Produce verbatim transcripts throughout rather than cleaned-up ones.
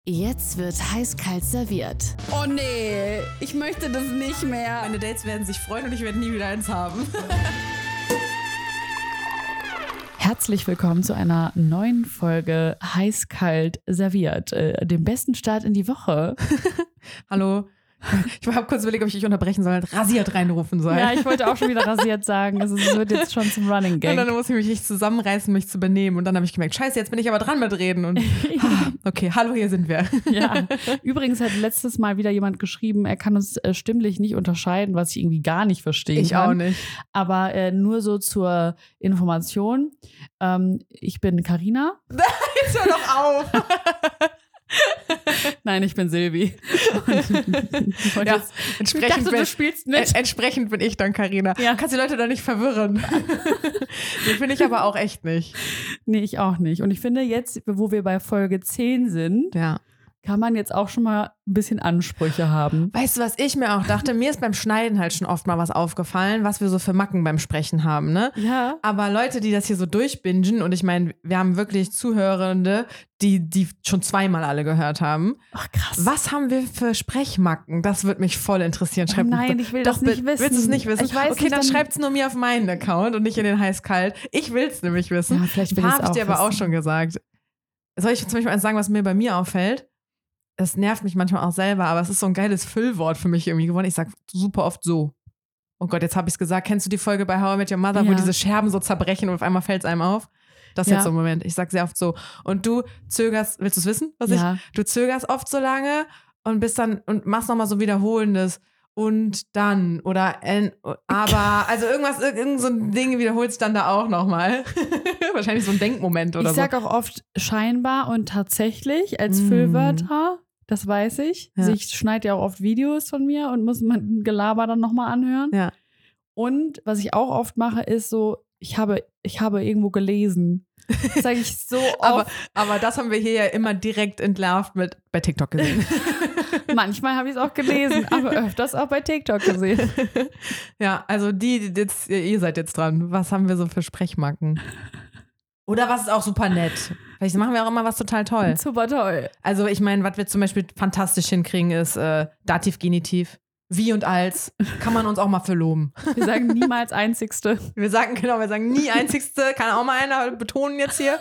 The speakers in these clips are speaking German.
Jetzt wird heiß-kalt serviert. Oh nee, ich möchte das nicht mehr. Meine Dates werden sich freuen und ich werde nie wieder eins haben. Herzlich willkommen zu einer neuen Folge heiß-kalt serviert. Äh, dem besten Start in die Woche. Hallo. Ich habe kurz überlegt, ob ich dich unterbrechen soll, rasiert reinrufen soll. Ja, ich wollte auch schon wieder rasiert sagen. Es wird jetzt schon zum Running Gag. Und dann muss ich mich nicht zusammenreißen, mich zu benehmen. Und dann habe ich gemerkt, scheiße, jetzt bin ich aber dran mit Reden. Und okay, hallo, hier sind wir. Ja. Übrigens hat letztes Mal wieder jemand geschrieben, er kann uns äh, stimmlich nicht unterscheiden, was ich irgendwie gar nicht verstehen ich kann. Ich auch nicht. Aber äh, nur so zur Information. Ähm, ich bin Carina. Jetzt hör doch auf. Nein, ich bin Silvi. Ja, jetzt, entsprechend, ich dachte, bin, du spielst mit. Äh, entsprechend bin ich dann Carina. Ja. Kannst die Leute da nicht verwirren. Den finde ich aber auch echt nicht. Nee, ich auch nicht. Und ich finde jetzt, wo wir bei Folge zehn sind, ja. kann man jetzt auch schon mal ein bisschen Ansprüche haben. Weißt du, was ich mir auch dachte? Mir ist beim Schneiden halt schon oft mal was aufgefallen, was wir so für Macken beim Sprechen haben, ne? Ja. Aber Leute, die das hier so durchbingen, und ich meine, wir haben wirklich Zuhörende, die die schon zweimal alle gehört haben. Ach, krass. Was haben wir für Sprechmacken? Das würde mich voll interessieren. Schreibt oh nein, ich will doch, das nicht wissen. Willst du es nicht wissen? Ich weiß okay, nicht, dann, dann schreibt es nur mir auf meinen Account und nicht in den heiß-kalt. Ich will es nämlich wissen. Ja, vielleicht will ich es Habe ich auch dir aber wissen. auch schon gesagt. Soll ich zum Beispiel eins sagen, was mir bei mir auffällt? Das nervt mich manchmal auch selber, aber es ist so ein geiles Füllwort für mich irgendwie geworden. Ich sag super oft so. Oh Gott, jetzt habe ich es gesagt. Kennst du die Folge bei How I Met Your Mother, ja. wo diese Scherben so zerbrechen und auf einmal fällt es einem auf? Das ist ja. jetzt so ein Moment. Ich sag sehr oft so. Und du zögerst, willst du es wissen, was ja. ich? Du zögerst oft so lange und bist dann und machst nochmal so wiederholendes und dann oder en, aber, also irgendwas, irgend so ein Ding wiederholst dann da auch nochmal. Wahrscheinlich so ein Denkmoment oder so. Ich sag auch oft scheinbar und tatsächlich als Mm. Füllwörter. Das weiß ich. Ja. Also ich schneide ja auch oft Videos von mir und muss mein Gelaber dann nochmal anhören. Ja. Und was ich auch oft mache, ist so, ich habe, ich habe irgendwo gelesen. Das sage ich so oft. aber, aber das haben wir hier ja immer direkt entlarvt mit bei TikTok gesehen. Manchmal habe ich es auch gelesen, aber öfters auch bei TikTok gesehen. Ja, also die, die jetzt, ihr seid jetzt dran. Was haben wir so für Sprechmacken? Oder was ist auch super nett? Vielleicht machen wir auch immer was total toll. Super toll. Also ich meine, was wir zum Beispiel fantastisch hinkriegen, ist äh, Dativ, Genitiv. Wie und als kann man uns auch mal für loben. Wir sagen niemals Einzigste. Wir sagen, genau, wir sagen nie Einzigste. Kann auch mal einer betonen jetzt hier.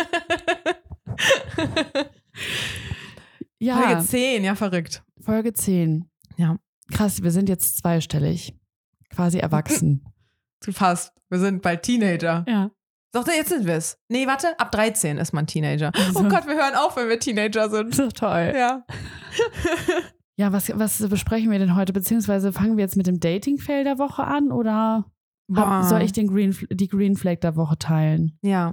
Ja. Folge zehn, ja verrückt. Folge zehn. Ja. Krass, wir sind jetzt zweistellig. Quasi erwachsen. Fast. Wir sind bald Teenager. Ja. Doch, jetzt sind wir es. Nee, warte, ab dreizehn ist man Teenager. Also. Oh Gott, wir hören auf, wenn wir Teenager sind. So toll. Ja. Ja, was, was besprechen wir denn heute? Beziehungsweise fangen wir jetzt mit dem Dating-Fail der Woche an oder hab, soll ich den Green, die Green Flag der Woche teilen? Ja.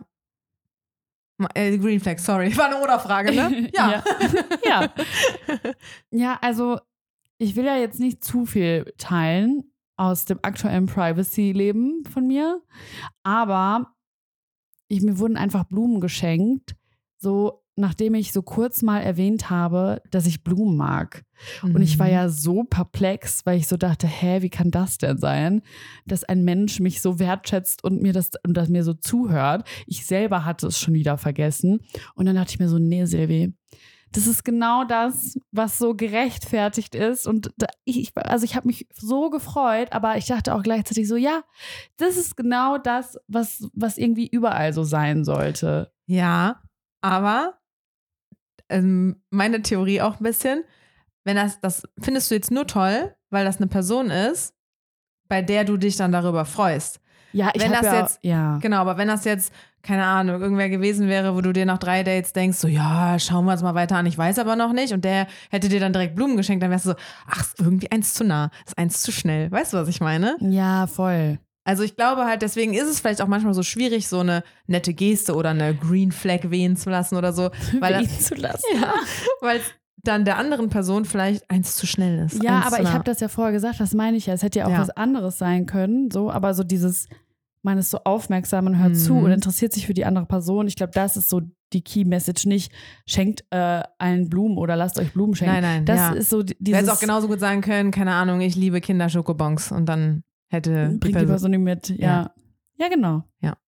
Äh, Green Flag, sorry. War eine Oder-Frage, ne? Ja. ja. Ja, also ich will ja jetzt nicht zu viel teilen aus dem aktuellen Privacy-Leben von mir, aber ich, mir wurden einfach Blumen geschenkt, so nachdem ich so kurz mal erwähnt habe, dass ich Blumen mag. Mhm. Und ich war ja so perplex, weil ich so dachte, hä, wie kann das denn sein, dass ein Mensch mich so wertschätzt und mir das und das mir so zuhört. Ich selber hatte es schon wieder vergessen. Und dann dachte ich mir so, nee, Silvi, das ist genau das, was so gerechtfertigt ist. Und da, ich, also ich habe mich so gefreut, aber ich dachte auch gleichzeitig so, ja, das ist genau das, was, was irgendwie überall so sein sollte. Ja, aber ähm, meine Theorie auch ein bisschen, wenn das, das findest du jetzt nur toll, weil das eine Person ist, bei der du dich dann darüber freust. Ja, ich wenn das ja, jetzt, ja. Genau, aber wenn das jetzt, keine Ahnung, irgendwer gewesen wäre, wo du dir nach drei Dates denkst, so, ja, schauen wir uns mal weiter an, ich weiß aber noch nicht, und der hätte dir dann direkt Blumen geschenkt, dann wärst du so, ach, ist irgendwie eins zu nah, ist eins zu schnell. Weißt du, was ich meine? Ja, voll. Also ich glaube halt, deswegen ist es vielleicht auch manchmal so schwierig, so eine nette Geste oder eine Green Flag wehen zu lassen oder so. Weil wehen zu lassen. Ja, weil dann der anderen Person vielleicht eins zu schnell ist. Ja, eins aber ich habe das ja vorher gesagt, das meine ich ja. Es hätte ja auch ja. was anderes sein können, so, aber so dieses, man ist so aufmerksam und hört mhm. zu und interessiert sich für die andere Person. Ich glaube, das ist so die Key Message, nicht schenkt äh, allen Blumen oder lasst euch Blumen schenken. Nein, nein, das ja. ist so dieses. Du hättest auch genauso gut sagen können, keine Ahnung, ich liebe Kinder-Schokobons und dann hätte bringt die Person die mit, ja. Ja, ja genau. Ja.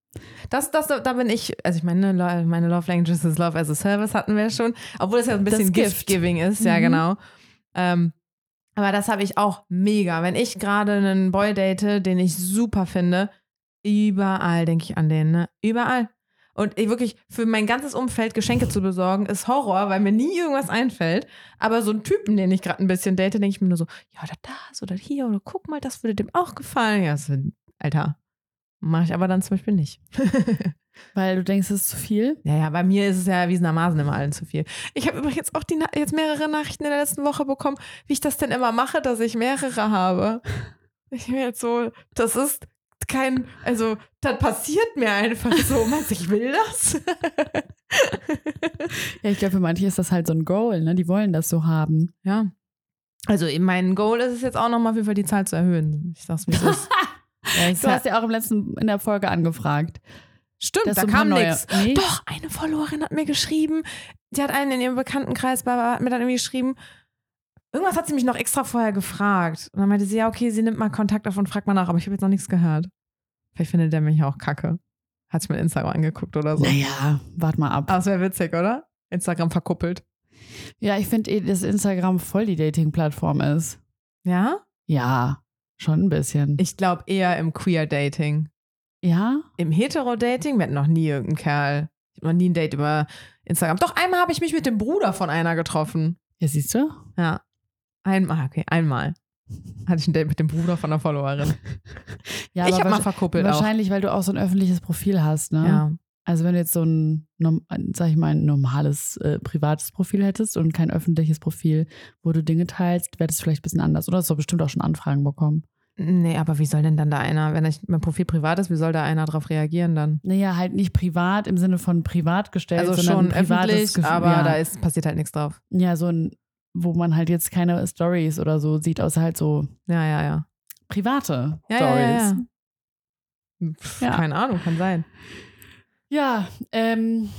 Das, das, da bin ich, also ich meine, meine Love Languages is Love as a Service hatten wir schon, obwohl es ja ein bisschen Gift-Giving ist, ja mhm. genau. Ähm, aber das habe ich auch mega. Wenn ich gerade einen Boy date, den ich super finde, überall denke ich an den, ne? Überall. Und ich wirklich, für mein ganzes Umfeld Geschenke zu besorgen, ist Horror, weil mir nie irgendwas einfällt. Aber so einen Typen, den ich gerade ein bisschen date, denke ich mir nur so, ja, oder das oder hier oder guck mal, das würde dem auch gefallen. Ja, so, Alter, mache ich aber dann zum Beispiel nicht. Weil du denkst, es ist zu viel? Ja, ja, bei mir ist es ja erwiesenermaßen immer allen zu viel. Ich habe übrigens auch die Na- jetzt mehrere Nachrichten in der letzten Woche bekommen, wie ich das denn immer mache, dass ich mehrere habe. Ich bin jetzt so, das ist kein, also das passiert mir einfach so. Meinst du, ich will das? Ja, ich glaube, für manche ist das halt so ein Goal, ne? Die wollen das so haben. Ja. Also mein Goal ist es jetzt auch nochmal auf jeden Fall die Zahl zu erhöhen. Ich sag's, wie es ist. Ja, ich Du hast ja auch im letzten, in der Folge angefragt. Stimmt, Das da sind kam neue- nichts. Nee? Doch, eine Followerin hat mir geschrieben, die hat einen in ihrem Bekanntenkreis, bei- hat mir dann irgendwie geschrieben, irgendwas hat sie mich noch extra vorher gefragt. Und dann meinte sie, ja, okay, sie nimmt mal Kontakt auf und fragt mal nach, aber ich habe jetzt noch nichts gehört. Vielleicht findet der mich auch kacke. Hat sich mein Instagram angeguckt oder so. Naja, wart mal ab. Aber es wäre witzig, oder? Instagram verkuppelt. Ja, ich finde eh, dass Instagram voll die Dating-Plattform ist. Ja? Ja, schon ein bisschen. Ich glaube eher im Queer-Dating. Ja? Im Hetero-Dating, wir hatten noch nie irgendeinen Kerl. Ich habe noch nie ein Date über Instagram. Doch, einmal habe ich mich mit dem Bruder von einer getroffen. Ja, siehst du? Ja. Einmal, okay, einmal. Hatte ich ein Date mit dem Bruder von einer Followerin. Ja, ich aber habe mal wahrsch- verkuppelt auch. Wahrscheinlich, weil du auch so ein öffentliches Profil hast, ne? Ja. Also wenn du jetzt so ein, norm- sag ich mal, ein normales, äh, privates Profil hättest und kein öffentliches Profil, wo du Dinge teilst, wäre das vielleicht ein bisschen anders. Oder hast du bestimmt auch schon Anfragen bekommen. Nee, aber wie soll denn dann da einer, wenn ich, mein Profil privat ist, wie soll da einer drauf reagieren dann? Naja, halt nicht privat im Sinne von privat gestellt, Also sondern schon ein privates öffentlich, Gefühl. aber ja. da ist, passiert halt nichts drauf. Ja, so ein, wo man halt jetzt keine Stories oder so sieht, außer halt so Ja, ja, ja. private Ja, Stories. ja, ja. Pff, Ja. Keine Ahnung, kann sein. Ja, ähm,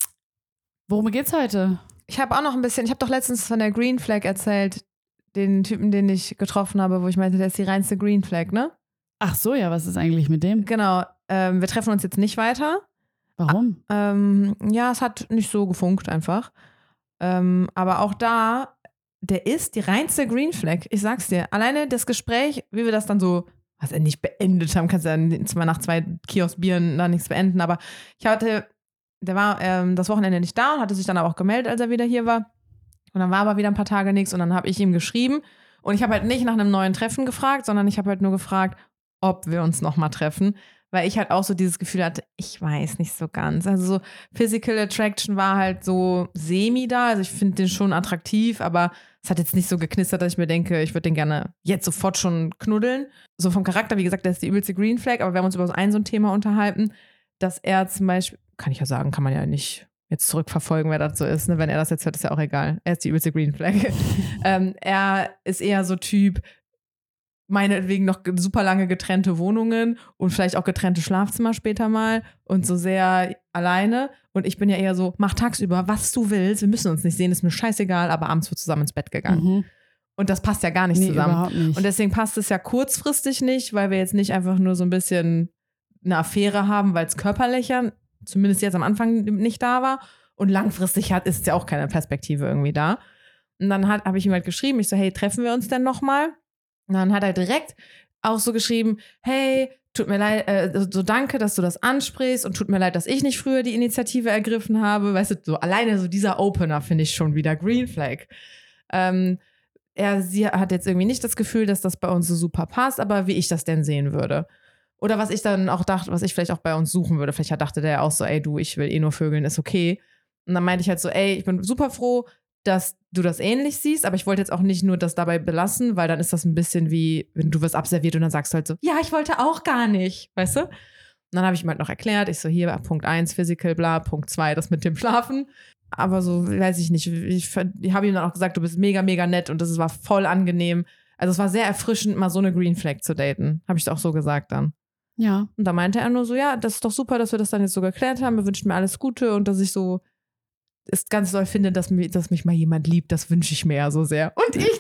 worum geht's heute? Ich habe auch noch ein bisschen, ich habe doch letztens von der Green Flag erzählt, den Typen, den ich getroffen habe, wo ich meinte, der ist die reinste Green Flag, ne? Ach so, ja, was ist eigentlich mit dem? Genau, ähm, wir treffen uns jetzt nicht weiter. Warum? Ähm, ja, es hat nicht so gefunkt einfach. Ähm, aber auch da, der ist die reinste Green Flag. Ich sag's dir. Alleine das Gespräch, wie wir das dann so, was wir nicht beendet haben, kannst du ja zwar nach zwei Kioskbieren da nichts beenden, aber ich hatte, der war ähm, das Wochenende nicht da und hatte sich dann aber auch gemeldet, als er wieder hier war. Und dann war aber wieder ein paar Tage nichts und dann habe ich ihm geschrieben und ich habe halt nicht nach einem neuen Treffen gefragt, sondern ich habe halt nur gefragt, ob wir uns nochmal treffen, weil ich halt auch so dieses Gefühl hatte, ich weiß nicht so ganz. Also so Physical Attraction war halt so semi da, also ich finde den schon attraktiv, aber es hat jetzt nicht so geknistert, dass ich mir denke, ich würde den gerne jetzt sofort schon knuddeln. So vom Charakter, wie gesagt, der ist die übelste Green Flag, aber wir haben uns über so ein so ein Thema unterhalten, dass er zum Beispiel, kann ich ja sagen, kann man ja nicht jetzt zurückverfolgen, wer das so ist, ne? Wenn er das jetzt hört, ist ja auch egal. Er ist die übelste Green Flag. ähm, er ist eher so Typ, meinetwegen noch super lange getrennte Wohnungen und vielleicht auch getrennte Schlafzimmer später mal und so sehr alleine. Und ich bin ja eher so, mach tagsüber, was du willst, wir müssen uns nicht sehen, ist mir scheißegal, aber abends wird zusammen ins Bett gegangen. Mhm. Und das passt ja gar nicht Nee, zusammen. überhaupt nicht. Und deswegen passt es ja kurzfristig nicht, weil wir jetzt nicht einfach nur so ein bisschen eine Affäre haben, weil es körperlich ja, zumindest jetzt am Anfang nicht da war. Und langfristig hat, ist ja auch keine Perspektive irgendwie da. Und dann habe ich ihm halt geschrieben, ich so, hey, treffen wir uns denn nochmal? Und dann hat er direkt auch so geschrieben, hey, tut mir leid, äh, so danke, dass du das ansprichst und tut mir leid, dass ich nicht früher die Initiative ergriffen habe. Weißt du, so alleine so dieser Opener finde ich schon wieder Green Flag. Ähm, er, sie hat jetzt irgendwie nicht das Gefühl, dass das bei uns so super passt, aber wie ich das denn sehen würde. Oder was ich dann auch dachte, was ich vielleicht auch bei uns suchen würde. Vielleicht dachte der auch so, ey, du, ich will eh nur vögeln, ist okay. Und dann meinte ich halt so, ey, ich bin super froh, dass du das ähnlich siehst, aber ich wollte jetzt auch nicht nur das dabei belassen, weil dann ist das ein bisschen wie, wenn du wirst abserviert und dann sagst du halt so, ja, ich wollte auch gar nicht, weißt du? Und dann habe ich ihm halt noch erklärt, ich so, hier, Punkt eins, Physical, bla, Punkt zwei, das mit dem Schlafen. Aber so, weiß ich nicht, ich, ich habe ihm dann auch gesagt, du bist mega, mega nett und das war voll angenehm. Also es war sehr erfrischend, mal so eine Green Flag zu daten. Habe ich auch so gesagt dann. Ja. Und da meinte er nur so, ja, das ist doch super, dass wir das dann jetzt so geklärt haben. Wir wünschen mir alles Gute und dass ich so es ganz doll finde, dass mich, dass mich mal jemand liebt. Das wünsche ich mir ja so sehr. Und ich direkt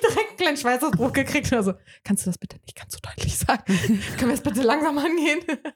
kleinen Schweißausbruch gekriegt oder so. Kannst du das bitte nicht ganz so deutlich sagen? Können wir es bitte langsam angehen?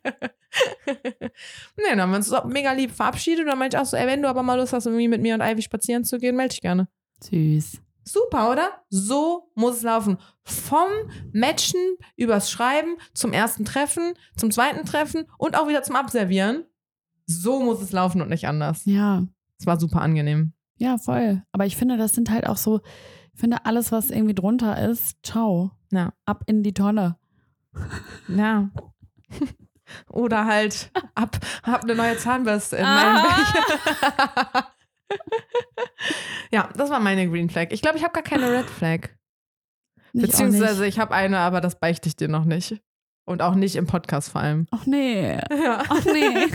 Nee, dann haben wir uns so mega lieb verabschiedet und dann meinte ich auch so, ey, wenn du aber mal Lust hast, irgendwie mit mir und Ivy spazieren zu gehen, melde dich gerne. Süß. Super, oder? So muss es laufen. Vom Matchen übers Schreiben zum ersten Treffen, zum zweiten Treffen und auch wieder zum Abservieren. So muss es laufen und nicht anders. Ja. Es war super angenehm. Ja, voll. Aber ich finde, das sind halt auch so, ich finde, alles, was irgendwie drunter ist, ciao. Ja. Ab in die Tonne. Ja. Oder halt ab, hab eine neue Zahnbürste in Ah. meinem Becher. Ja, das war meine Green Flag. Ich glaube, ich habe gar keine Red Flag. Nicht Beziehungsweise auch nicht. ich habe eine, aber das beichte ich dir noch nicht. Und auch nicht im Podcast vor allem. Ach nee. Ja. Ach nee.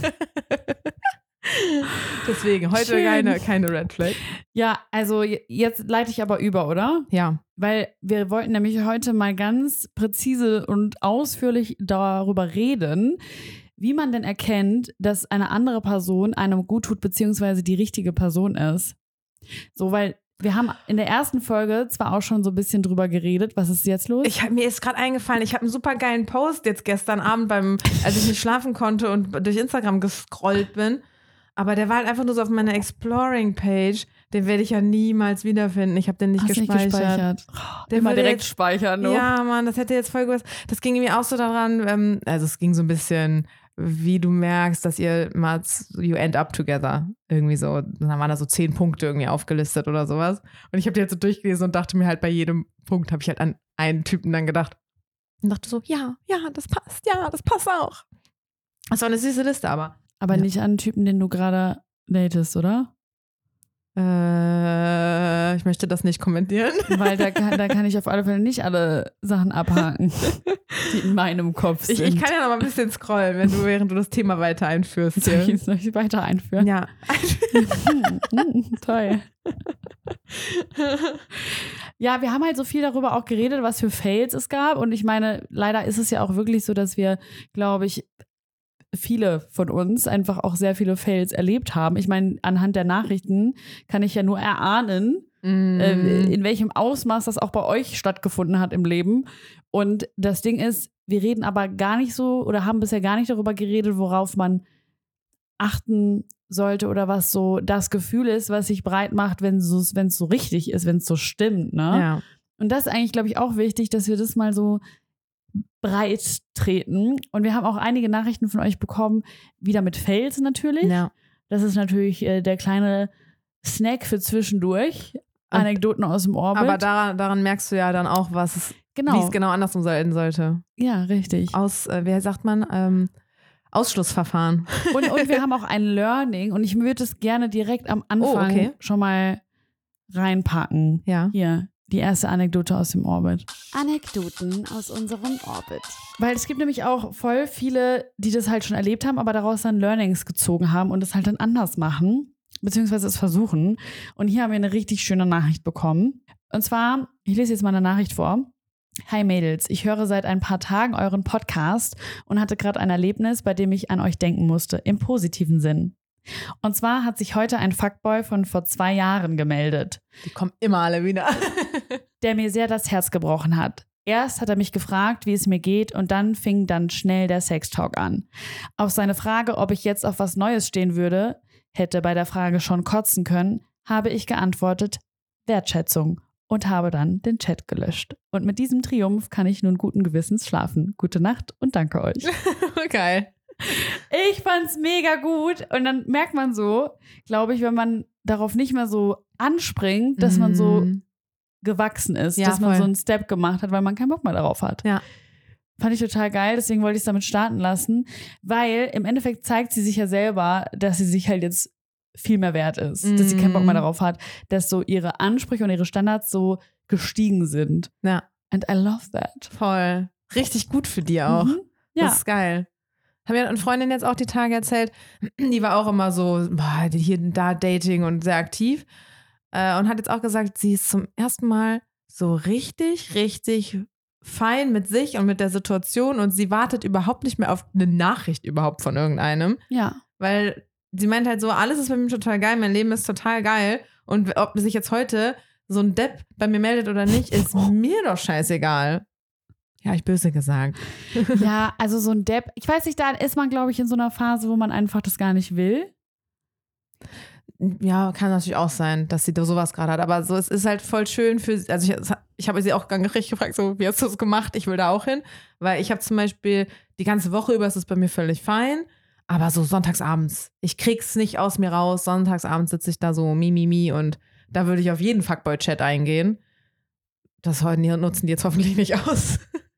Deswegen, heute Schön. keine, keine Red Flag. Ja, also j- jetzt leite ich aber über, oder? Ja. Weil wir wollten nämlich heute mal ganz präzise und ausführlich darüber reden, wie man denn erkennt, dass eine andere Person einem gut tut, beziehungsweise die richtige Person ist. So, weil wir haben in der ersten Folge zwar auch schon so ein bisschen drüber geredet. Was ist jetzt los? Ich hab, mir ist gerade eingefallen, ich habe einen super geilen Post jetzt gestern Abend, beim, als ich nicht schlafen konnte und durch Instagram gescrollt bin. Aber der war halt einfach nur so auf meiner Exploring-Page. Den werde ich ja niemals wiederfinden. Ich habe den nicht Hast du gespeichert. nicht gespeichert. Oh, Der immer würde direkt jetzt- speichern, ne? Ja, Mann, das hätte jetzt voll gewusst. Das ging irgendwie auch so daran, ähm, also es ging so ein bisschen, wie du merkst, dass ihr mal, you end up together. Irgendwie so, dann waren da so zehn Punkte irgendwie aufgelistet oder sowas. Und ich habe die jetzt so durchgelesen und dachte mir halt bei jedem Punkt, habe ich halt an einen Typen dann gedacht. Und dachte so, ja, ja, das passt, ja, das passt auch. Das war eine süße Liste, aber. Aber Ja. nicht an einen Typen, den du gerade datest, oder? Äh, ich möchte das nicht kommentieren. Weil da kann, da kann ich auf alle Fälle nicht alle Sachen abhaken, die in meinem Kopf sind. Ich, ich kann ja noch mal ein bisschen scrollen, wenn du, während du das Thema weiter einführst. soll, Hier. ich, soll ich weiter einführen? Ja. Hm, toll. Ja, wir haben halt so viel darüber auch geredet, was für Fails es gab. Und ich meine, leider ist es ja auch wirklich so, dass wir, glaube ich, viele von uns einfach auch sehr viele Fails erlebt haben. Ich meine, anhand der Nachrichten kann ich ja nur erahnen, Mm. äh, in welchem Ausmaß das auch bei euch stattgefunden hat im Leben. Und das Ding ist, wir reden aber gar nicht so oder haben bisher gar nicht darüber geredet, worauf man achten sollte oder was so das Gefühl ist, was sich breit macht, wenn so, wenn es so richtig ist, wenn es so stimmt. Ne? Ja. Und das ist eigentlich, glaube ich, auch wichtig, dass wir das mal so breit treten. Und wir haben auch einige Nachrichten von euch bekommen, wieder mit Fails natürlich. Ja. Das ist natürlich äh, der kleine Snack für zwischendurch. Und- Anekdoten aus dem Orbit. Aber daran, daran merkst du ja dann auch, was es, genau. wie es genau andersrum sein sollte. Ja, richtig. Aus, äh, wie sagt man, ähm, Ausschlussverfahren. Und, und wir haben auch ein Learning und ich würde es gerne direkt am Anfang Oh, okay. schon mal reinpacken. Ja. Hier, die erste Anekdote aus dem Orbit. Anekdoten aus unserem Orbit. Weil es gibt nämlich auch voll viele, die das halt schon erlebt haben, aber daraus dann Learnings gezogen haben und es halt dann anders machen, beziehungsweise es versuchen. Und hier haben wir eine richtig schöne Nachricht bekommen. Und zwar, ich lese jetzt mal eine Nachricht vor. Hi Mädels, ich höre seit ein paar Tagen euren Podcast und hatte gerade ein Erlebnis, bei dem ich an euch denken musste, im positiven Sinn. Und zwar hat sich heute ein Fuckboy von vor zwei Jahren gemeldet, Die kommen immer alle wieder. der mir sehr das Herz gebrochen hat. Erst hat er mich gefragt, wie es mir geht, und dann fing dann schnell der Sextalk an. Auf seine Frage, ob ich jetzt auf was Neues stehen würde, hätte bei der Frage schon kotzen können, habe ich geantwortet, Wertschätzung, und habe dann den Chat gelöscht. Und mit diesem Triumph kann ich nun guten Gewissens schlafen. Gute Nacht und danke euch. Geil. Ich fand's mega gut. Und dann merkt man so, glaube ich, wenn man darauf nicht mehr so anspringt, dass man so Mm. gewachsen ist, Ja, dass man voll. so einen Step gemacht hat, weil man keinen Bock mehr darauf hat. Ja. Fand ich total geil, deswegen wollte ich es damit starten lassen, weil im Endeffekt zeigt sie sich ja selber, dass sie sich halt jetzt viel mehr wert ist, dass sie keinen Bock mehr Mm. darauf hat, dass so ihre Ansprüche und ihre Standards so gestiegen sind. Ja. And I love that. Voll. Richtig gut für die auch. Mhm. Ja. Das ist geil. Haben wir eine Freundin jetzt auch die Tage erzählt, die war auch immer so, boah, hier und da Dating und sehr aktiv. Äh, und hat jetzt auch gesagt, sie ist zum ersten Mal so richtig, richtig fein mit sich und mit der Situation und sie wartet überhaupt nicht mehr auf eine Nachricht überhaupt von irgendeinem. Ja. Weil sie meint halt so, alles ist bei mir total geil, mein Leben ist total geil. Und ob sich jetzt heute so ein Depp bei mir meldet oder nicht, ist mir doch scheißegal. Ja, ich böse gesagt. Ja, also so ein Depp, ich weiß nicht, da ist man, glaube ich, in so einer Phase, wo man einfach das gar nicht will. Ja, kann natürlich auch sein, dass sie da sowas gerade hat. Aber so, es ist halt voll schön für, also ich, ich habe sie auch ganz richtig gefragt, so, wie hast du das gemacht? Ich will da auch hin. Weil ich habe zum Beispiel, die ganze Woche über ist es bei mir völlig fein. Aber so sonntagsabends, ich krieg's nicht aus mir raus. Sonntagsabends sitze ich da so mi, mi, mi und da würde ich auf jeden Fuckboy-Chat eingehen. Das nutzen die jetzt hoffentlich nicht aus.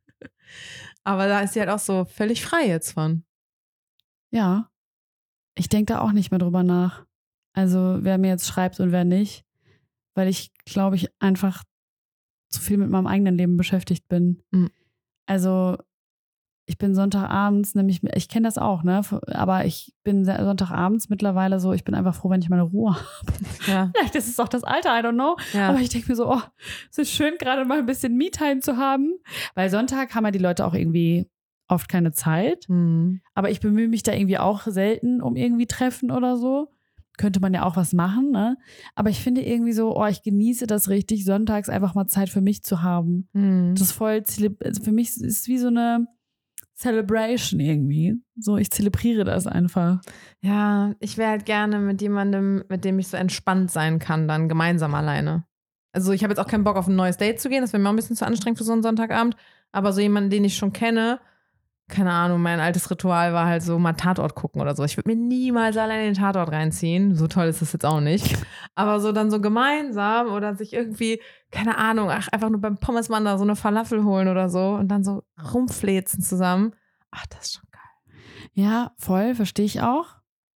Aber da ist sie halt auch so völlig frei jetzt von. Ja. Ich denke da auch nicht mehr drüber nach. Also wer mir jetzt schreibt und wer nicht. Weil ich, glaube ich, einfach zu viel mit meinem eigenen Leben beschäftigt bin. Mhm. Also ich bin Sonntagabends, nämlich, ich kenne das auch, ne? Aber ich bin Sonntagabends mittlerweile so, ich bin einfach froh, wenn ich meine Ruhe habe. Ja. Vielleicht ist es auch das Alter, I don't know. Ja. Aber ich denke mir so, oh, es ist schön, gerade mal ein bisschen Me-Time zu haben. Weil Sonntag haben ja die Leute auch irgendwie oft keine Zeit. Mhm. Aber ich bemühe mich da irgendwie auch selten um irgendwie Treffen oder so. Könnte man ja auch was machen, ne? Aber ich finde irgendwie so, oh, ich genieße das richtig, sonntags einfach mal Zeit für mich zu haben. Mhm. Das ist voll, also für mich ist es wie so eine Celebration irgendwie. So, ich zelebriere das einfach. Ja, ich wäre halt gerne mit jemandem, mit dem ich so entspannt sein kann, dann gemeinsam alleine. Also ich habe jetzt auch keinen Bock auf ein neues Date zu gehen, das wäre mir auch ein bisschen zu anstrengend für so einen Sonntagabend. Aber so jemanden, den ich schon kenne, keine Ahnung, mein altes Ritual war halt so mal Tatort gucken oder so. Ich würde mir niemals alleine den Tatort reinziehen. So toll ist das jetzt auch nicht. Aber so dann so gemeinsam oder sich irgendwie, keine Ahnung, ach, einfach nur beim Pommesmann da so eine Falafel holen oder so und dann so rumflezen zusammen. Ach, das ist schon geil. Ja, voll, verstehe ich auch.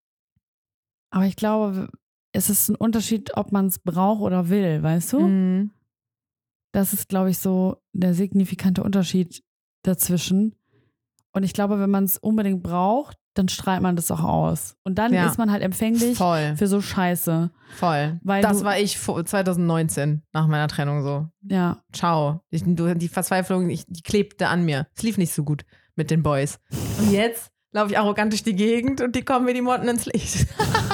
Aber ich glaube, es ist ein Unterschied, ob man es braucht oder will, weißt du? Mhm. Das ist, glaube ich, so der signifikante Unterschied dazwischen. Und ich glaube, wenn man es unbedingt braucht, dann strahlt man das auch aus. Und dann Ja. ist man halt empfänglich Voll. für so Scheiße. Voll. Weil das du- war ich vor- zwanzig neunzehn nach meiner Trennung so. Ja. Ciao. Ich, du, die Verzweiflung, ich, die klebte an mir. Es lief nicht so gut mit den Boys. Und jetzt laufe ich arrogant durch die Gegend und die kommen mir die Motten ins Licht.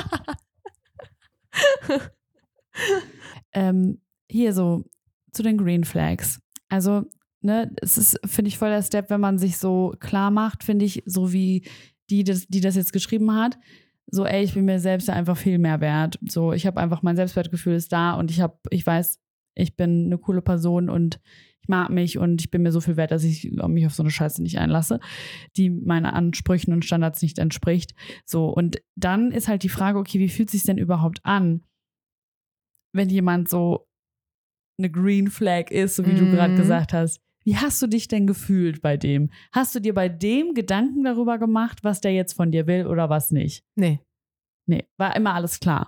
Ähm, hier so zu den Green Flags. Also, ne, es ist, finde ich, voll der Step, wenn man sich so klar macht, finde ich, so wie die das, die das jetzt geschrieben hat. So, ey, ich bin mir selbst einfach viel mehr wert. So, ich habe einfach, mein Selbstwertgefühl ist da und ich habe, ich weiß, ich bin eine coole Person und ich mag mich und ich bin mir so viel wert, dass ich mich auf so eine Scheiße nicht einlasse, die meinen Ansprüchen und Standards nicht entspricht. So, und dann ist halt die Frage, okay, wie fühlt es sich denn überhaupt an, wenn jemand so eine Green Flag ist, so wie du Mhm. gerade gesagt hast. Wie hast du dich denn gefühlt bei dem? Hast du dir bei dem Gedanken darüber gemacht, was der jetzt von dir will oder was nicht? Nee. Nee, war immer alles klar.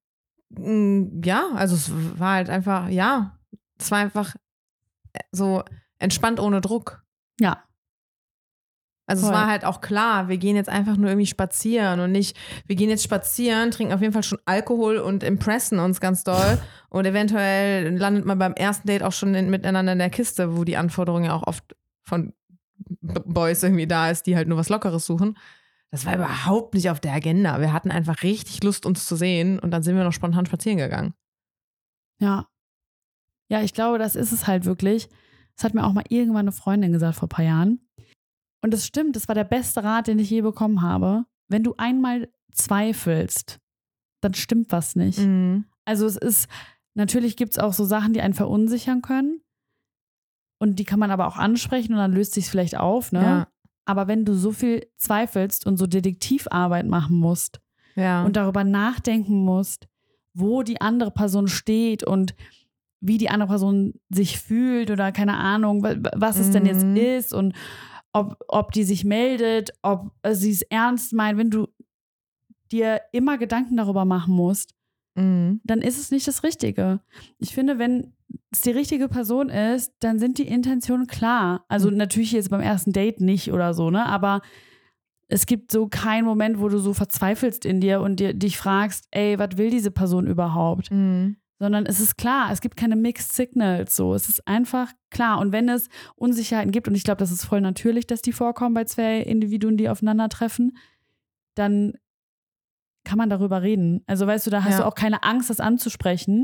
Mm, Ja, also es war halt einfach, ja, es war einfach so entspannt ohne Druck. Ja. Also Voll. es war halt auch klar, wir gehen jetzt einfach nur irgendwie spazieren und nicht, wir gehen jetzt spazieren, trinken auf jeden Fall schon Alkohol und impressen uns ganz doll und eventuell landet man beim ersten Date auch schon in, miteinander in der Kiste, wo die Anforderung ja auch oft von B- Boys irgendwie da ist, die halt nur was Lockeres suchen. Das war überhaupt nicht auf der Agenda. Wir hatten einfach richtig Lust, uns zu sehen und dann sind wir noch spontan spazieren gegangen. Ja. Ja, ich glaube, das ist es halt wirklich. Das hat mir auch mal irgendwann eine Freundin gesagt vor ein paar Jahren. Und das stimmt, das war der beste Rat, den ich je bekommen habe. Wenn du einmal zweifelst, dann stimmt was nicht. Mhm. Also es ist, natürlich gibt es auch so Sachen, die einen verunsichern können. Und die kann man aber auch ansprechen und dann löst sich vielleicht auf, ne? Ja. Aber wenn du so viel zweifelst und so Detektivarbeit machen musst Ja. und darüber nachdenken musst, wo die andere Person steht und wie die andere Person sich fühlt oder keine Ahnung, wa- was es denn jetzt Mhm. ist und ob, ob die sich meldet, ob sie es ernst meint, wenn du dir immer Gedanken darüber machen musst, Mhm. dann ist es nicht das Richtige. Ich finde, wenn es die richtige Person ist, dann sind die Intentionen klar. Also natürlich jetzt beim ersten Date nicht oder so, ne? Aber es gibt so keinen Moment, wo du so verzweifelst in dir und dir, dich fragst, ey, was will diese Person überhaupt? Mhm. Sondern es ist klar, es gibt keine Mixed Signals, so. Es ist einfach klar. Und wenn es Unsicherheiten gibt, und ich glaube, das ist voll natürlich, dass die vorkommen bei zwei Individuen, die aufeinandertreffen, dann kann man darüber reden. Also weißt du, da hast Ja. du auch keine Angst, das anzusprechen.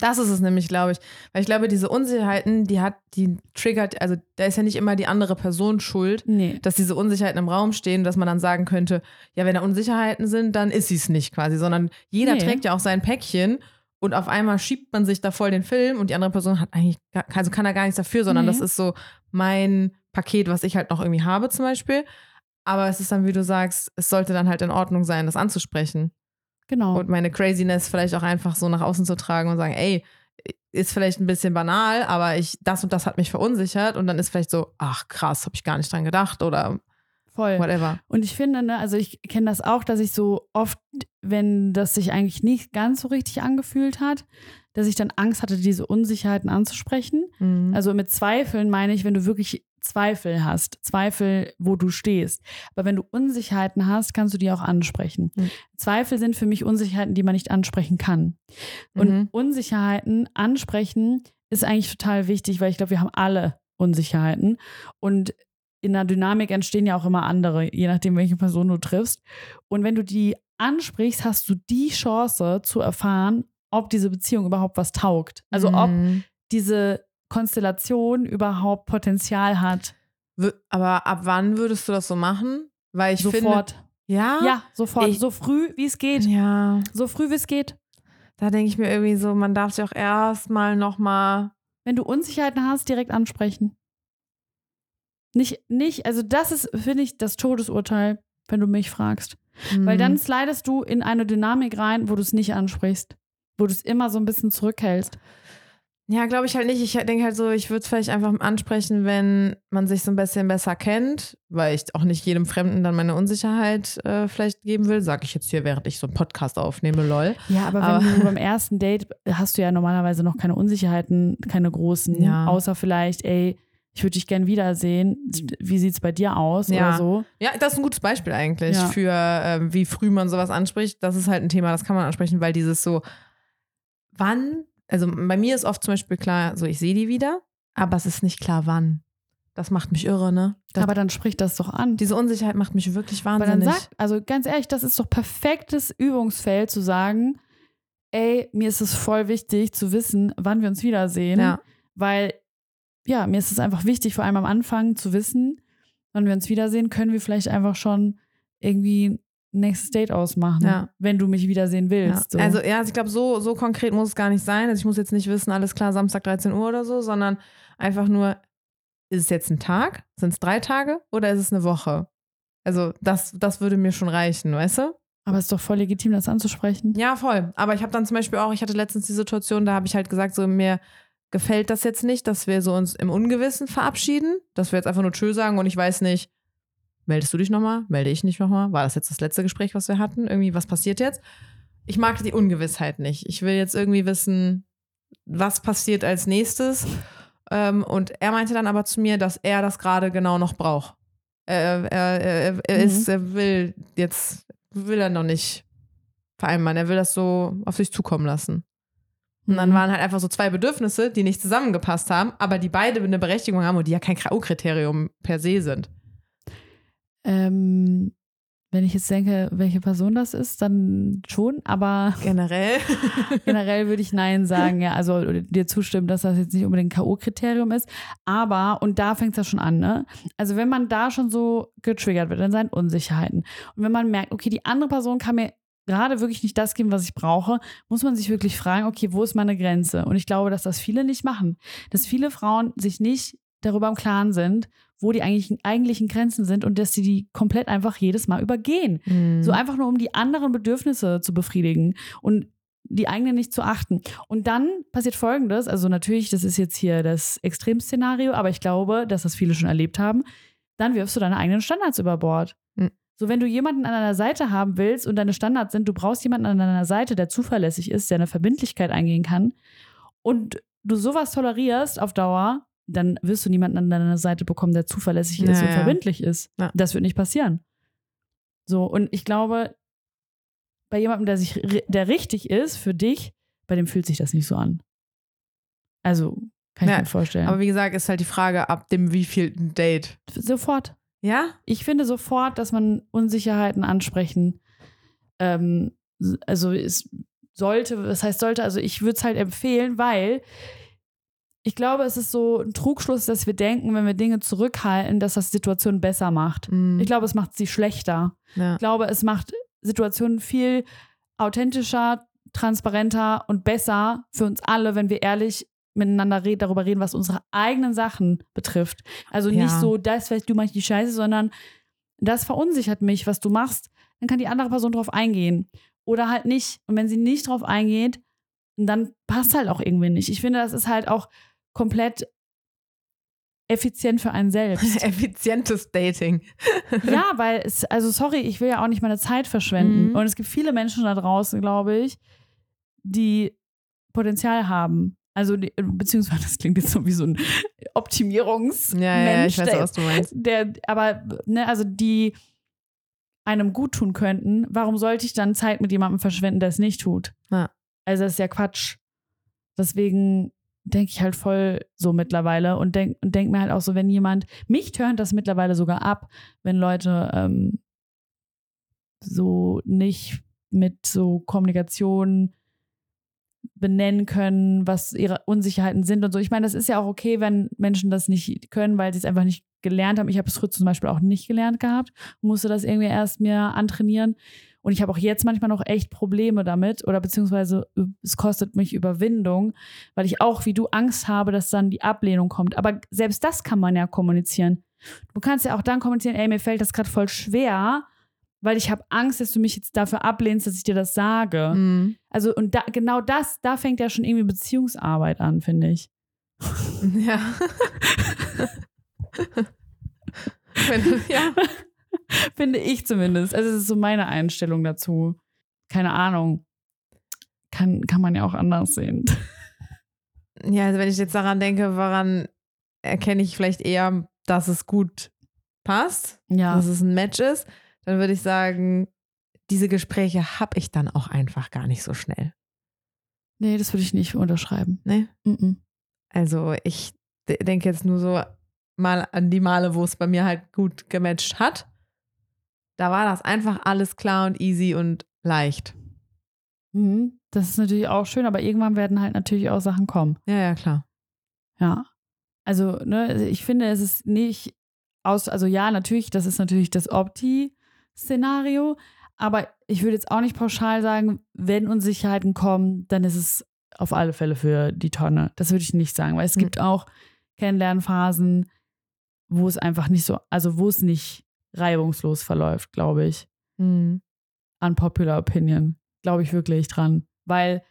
Das ist es nämlich, glaube ich. Weil ich glaube, diese Unsicherheiten, die hat, die triggert, also da ist ja nicht immer die andere Person schuld, Nee. dass diese Unsicherheiten im Raum stehen, dass man dann sagen könnte, ja, wenn da Unsicherheiten sind, dann ist sie es nicht quasi, sondern jeder Nee. trägt ja auch sein Päckchen und auf einmal schiebt man sich da voll den Film und die andere Person hat eigentlich, gar, also kann da gar nichts dafür, sondern Nee. das ist so mein Paket, was ich halt noch irgendwie habe zum Beispiel. Aber es ist dann, wie du sagst, es sollte dann halt in Ordnung sein, das anzusprechen. Genau. Und meine Craziness vielleicht auch einfach so nach außen zu tragen und sagen, ey, ist vielleicht ein bisschen banal, aber ich, das und das hat mich verunsichert und dann ist vielleicht so, ach krass, habe ich gar nicht dran gedacht oder Voll. whatever. Und ich finde, ne, also ich kenne das auch, dass ich so oft, wenn das sich eigentlich nicht ganz so richtig angefühlt hat, dass ich dann Angst hatte, diese Unsicherheiten anzusprechen. Mhm. Also mit Zweifeln meine ich, wenn du wirklich Zweifel hast, Zweifel, wo du stehst. Aber wenn du Unsicherheiten hast, kannst du die auch ansprechen. Mhm. Zweifel sind für mich Unsicherheiten, die man nicht ansprechen kann. Und Mhm. Unsicherheiten ansprechen ist eigentlich total wichtig, weil ich glaube, wir haben alle Unsicherheiten. Und in der Dynamik entstehen ja auch immer andere, je nachdem, welche Person du triffst. Und wenn du die ansprichst, hast du die Chance zu erfahren, ob diese Beziehung überhaupt was taugt. Also ob Mhm. diese Konstellation überhaupt Potenzial hat. W- Aber ab wann würdest du das so machen? Weil ich Sofort. finde, ja, Ja, sofort. Ich- so früh, wie es geht. ja, So früh, wie es geht. da denke ich mir irgendwie so, man darf sich auch erstmal nochmal. Wenn du Unsicherheiten hast, direkt ansprechen. Nicht, nicht, also das ist, finde ich, das Todesurteil, wenn du mich fragst. Weil dann slidest du in eine Dynamik rein, wo du es nicht ansprichst. Wo du es immer so ein bisschen zurückhältst. Ja, glaube ich halt nicht. Ich denke halt so, ich würde es vielleicht einfach ansprechen, wenn man sich so ein bisschen besser kennt, weil ich auch nicht jedem Fremden dann meine Unsicherheit äh, vielleicht geben will. Sage ich jetzt hier, während ich so einen Podcast aufnehme, lol. Ja, aber wenn Aber- du beim ersten Date hast du ja normalerweise noch keine Unsicherheiten, keine großen, Ja. außer vielleicht, ey, ich würde dich gern wiedersehen. Wie sieht's bei dir aus Ja. oder so? Ja, das ist ein gutes Beispiel eigentlich Ja. für, ähm, wie früh man sowas anspricht. Das ist halt ein Thema, das kann man ansprechen, weil dieses so, wann, also bei mir ist oft zum Beispiel klar, so ich sehe die wieder, aber es ist nicht klar, wann. Das macht mich irre, ne? Das, Aber dann sprich das doch an. diese Unsicherheit macht mich wirklich Aber dann wahnsinnig. sag, also ganz ehrlich, das ist doch perfektes Übungsfeld zu sagen, ey, mir ist es voll wichtig zu wissen, wann wir uns wiedersehen. Ja. Weil, ja, mir ist es einfach wichtig, vor allem am Anfang zu wissen, wann wir uns wiedersehen, können wir vielleicht einfach schon irgendwie ein nächstes Date ausmachen, Ja. wenn du mich wiedersehen Ja. willst. So. Also ja, also ich glaube, so, so konkret muss es gar nicht sein. Also ich muss jetzt nicht wissen, alles klar, Samstag dreizehn Uhr oder so, sondern einfach nur, ist es jetzt ein Tag? Sind es drei Tage oder ist es eine Woche? Also das, das würde mir schon reichen, weißt du? Aber es ist doch voll legitim, das anzusprechen. Ja, voll. Aber ich habe dann zum Beispiel auch, ich hatte letztens die Situation, da habe ich halt gesagt, so mir gefällt das jetzt nicht, dass wir so uns im Ungewissen verabschieden, dass wir jetzt einfach nur Tschö sagen und ich weiß nicht, meldest du dich nochmal? Melde ich nicht nochmal? War das jetzt das letzte Gespräch, was wir hatten? Irgendwie, was passiert jetzt? Ich mag die Ungewissheit nicht. Ich will jetzt irgendwie wissen, was passiert als nächstes. Ähm, und er meinte dann aber zu mir, dass er das gerade genau noch braucht. Er, er, er, er, Mhm. ist, er will jetzt, will er noch nicht vereinbaren. Er will das so auf sich zukommen lassen. Und dann Mhm. waren halt einfach so zwei Bedürfnisse, die nicht zusammengepasst haben, aber die beide eine Berechtigung haben und die ja kein K O-Kriterium per se sind. Ähm, wenn ich jetzt denke, welche Person das ist, dann schon, aber Generell. generell würde ich Nein sagen, ja, also dir zustimmen, dass das jetzt nicht unbedingt ein K O-Kriterium ist, aber, und da fängt es ja schon an, ne? Also wenn man da schon so getriggert wird in seinen Unsicherheiten und wenn man merkt, okay, die andere Person kann mir gerade wirklich nicht das geben, was ich brauche, muss man sich wirklich fragen, okay, wo ist meine Grenze? Und ich glaube, dass das viele nicht machen, dass viele Frauen sich nicht darüber im Klaren sind, wo die eigentlichen, eigentlichen Grenzen sind und dass sie die komplett einfach jedes Mal übergehen. Mhm. So einfach nur, um die anderen Bedürfnisse zu befriedigen und die eigenen nicht zu achten. Und dann passiert Folgendes, also natürlich, das ist jetzt hier das Extremszenario, aber ich glaube, dass das viele schon erlebt haben, dann wirfst du deine eigenen Standards über Bord. Mhm. So, wenn du jemanden an deiner Seite haben willst und deine Standards sind, du brauchst jemanden an deiner Seite, der zuverlässig ist, der eine Verbindlichkeit eingehen kann und du sowas tolerierst auf Dauer, dann wirst du niemanden an deiner Seite bekommen, der zuverlässig ist Ja, und ja. verbindlich ist. Ja. Das wird nicht passieren. So, und ich glaube, bei jemandem, der sich, der richtig ist für dich, bei dem fühlt sich das nicht so an. Also, kann ich Ja, mir vorstellen. Aber wie gesagt, ist halt die Frage, ab dem wievielten Date. Sofort. Ja? Ich finde sofort, dass man Unsicherheiten ansprechen. Ähm, also ist sollte, das heißt sollte, also ich würde es halt empfehlen, weil ich glaube, es ist so ein Trugschluss, dass wir denken, wenn wir Dinge zurückhalten, dass das Situationen besser macht. Mhm. Ich glaube, es macht sie schlechter. Ja. Ich glaube, es macht Situationen viel authentischer, transparenter und besser für uns alle, wenn wir ehrlich miteinander red- darüber reden, was unsere eigenen Sachen betrifft. Also nicht Ja. so, das vielleicht du machst die Scheiße, sondern das verunsichert mich, was du machst. Dann kann die andere Person drauf eingehen. Oder halt nicht. Und wenn sie nicht drauf eingeht, dann passt halt auch irgendwie nicht. Ich finde, das ist halt auch komplett effizient für einen selbst. Effizientes Dating. Ja, weil es, also sorry, ich will ja auch nicht meine Zeit verschwenden. Mhm. Und es gibt viele Menschen da draußen, glaube ich, die Potenzial haben. Also, die, beziehungsweise, das klingt jetzt so wie so ein Optimierungsmensch. Ja, ja, ich weiß der, auch, was du meinst. Der, aber, ne, also die einem gut tun könnten, warum sollte ich dann Zeit mit jemandem verschwenden, der es nicht tut? Ja. Also, das ist ja Quatsch. Deswegen denke ich halt voll so mittlerweile und denke und denk mir halt auch so, wenn jemand, mich turnt das mittlerweile sogar ab, wenn Leute ähm, so nicht mit so Kommunikation benennen können, was ihre Unsicherheiten sind und so. Ich meine, das ist ja auch okay, wenn Menschen das nicht können, weil sie es einfach nicht gelernt haben. Ich habe es früher zum Beispiel auch nicht gelernt gehabt, musste das irgendwie erst mir antrainieren. Und ich habe auch jetzt manchmal noch echt Probleme damit oder beziehungsweise es kostet mich Überwindung, weil ich auch wie du Angst habe, dass dann die Ablehnung kommt. Aber selbst das kann man ja kommunizieren. Du kannst ja auch dann kommunizieren, ey, mir fällt das gerade voll schwer, weil ich habe Angst, dass du mich jetzt dafür ablehnst, dass ich dir das sage. Mhm. Also und da, genau das, da fängt ja schon irgendwie Beziehungsarbeit an, finde ich. Ja. Wenn, ja. Finde ich zumindest. Also, das ist so meine Einstellung dazu. Keine Ahnung. Kann, kann man ja auch anders sehen. Ja, also wenn ich jetzt daran denke, woran erkenne ich vielleicht eher, dass es gut passt, Ja. dass es ein Match ist, dann würde ich sagen, diese Gespräche habe ich dann auch einfach gar nicht so schnell. Nee, das würde ich nicht unterschreiben. Ne? Mm-mm. Also ich de- denke jetzt nur so mal an die Male, wo es bei mir halt gut gematcht hat. Da war das einfach alles klar und easy und leicht. Mhm. Das ist natürlich auch schön, aber irgendwann werden halt natürlich auch Sachen kommen. Ja, ja, klar. Ja. Also, ne, ich finde, es ist nicht aus, also ja, natürlich, das ist natürlich das Opti-Szenario, aber ich würde jetzt auch nicht pauschal sagen, wenn Unsicherheiten kommen, dann ist es auf alle Fälle für die Tonne. Das würde ich nicht sagen, weil es Mhm. gibt auch Kennenlernphasen, wo es einfach nicht so, also wo es nicht reibungslos verläuft, glaube ich. Mhm. Unpopular Opinion, glaube ich wirklich dran. Weil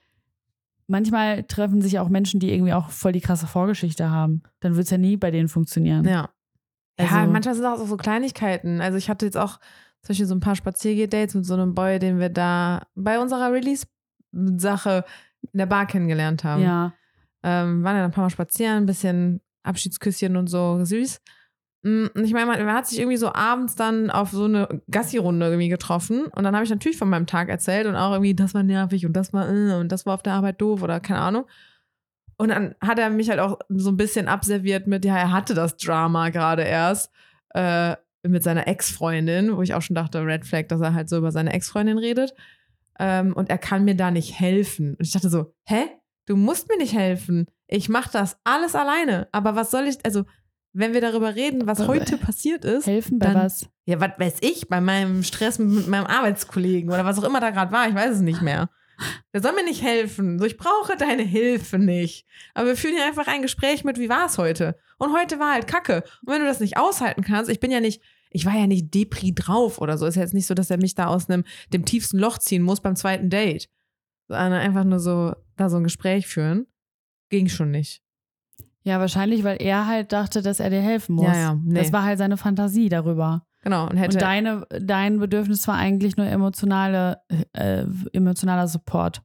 manchmal treffen sich auch Menschen, die irgendwie auch voll die krasse Vorgeschichte haben. Dann wird es ja nie bei denen funktionieren. Ja. Ja, Also- manchmal sind das auch so Kleinigkeiten. Also ich hatte jetzt auch zum Beispiel so ein paar Spaziergeh-Dates mit so einem Boy, den wir da bei unserer Release-Sache in der Bar kennengelernt haben. Ja. Ähm, waren ja ein paar Mal spazieren, ein bisschen Abschiedsküsschen und so, süß. Mm, Und ich meine, man, man hat sich irgendwie so abends dann auf so eine Gassi-Runde irgendwie getroffen und dann habe ich natürlich von meinem Tag erzählt und auch irgendwie, das war nervig und das war äh, und das war auf der Arbeit doof oder keine Ahnung. Und dann hat er mich halt auch so ein bisschen abserviert mit, ja, er hatte das Drama gerade erst äh, mit seiner Ex-Freundin, wo ich auch schon dachte, Red Flag, dass er halt so über seine Ex-Freundin redet. Ähm, und er kann mir da nicht helfen. Und ich dachte so, hä? Du musst mir nicht helfen. Ich mache das alles alleine. Aber was soll ich, also wenn wir darüber reden, was Aber heute passiert ist, Helfen bei dann- was? ja, was weiß ich, bei meinem Stress mit meinem Arbeitskollegen oder was auch immer da gerade war, ich weiß es nicht mehr. Der soll mir nicht helfen. So, ich brauche deine Hilfe nicht. Aber wir führen hier einfach ein Gespräch mit, wie war es heute? Und heute war halt Kacke. Und wenn du das nicht aushalten kannst, ich bin ja nicht, ich war ja nicht Depri drauf oder so. Ist jetzt nicht so, dass er mich da aus einem, dem tiefsten Loch ziehen muss beim zweiten Date. Sondern einfach nur so, da so ein Gespräch führen. Ging schon nicht. Ja, wahrscheinlich, weil er halt dachte, dass er dir helfen muss. Ja, ja, nee. Das war halt seine Fantasie darüber. Genau. Und hätte, Und deine, dein Bedürfnis war eigentlich nur emotionale, äh, emotionaler Support.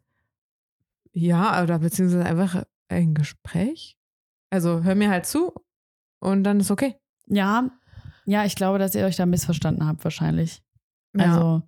ja, oder beziehungsweise einfach ein Gespräch. Also hör mir halt zu und dann ist okay. Ja, ja, ich glaube, dass ihr euch da missverstanden habt, wahrscheinlich. Ja. Also,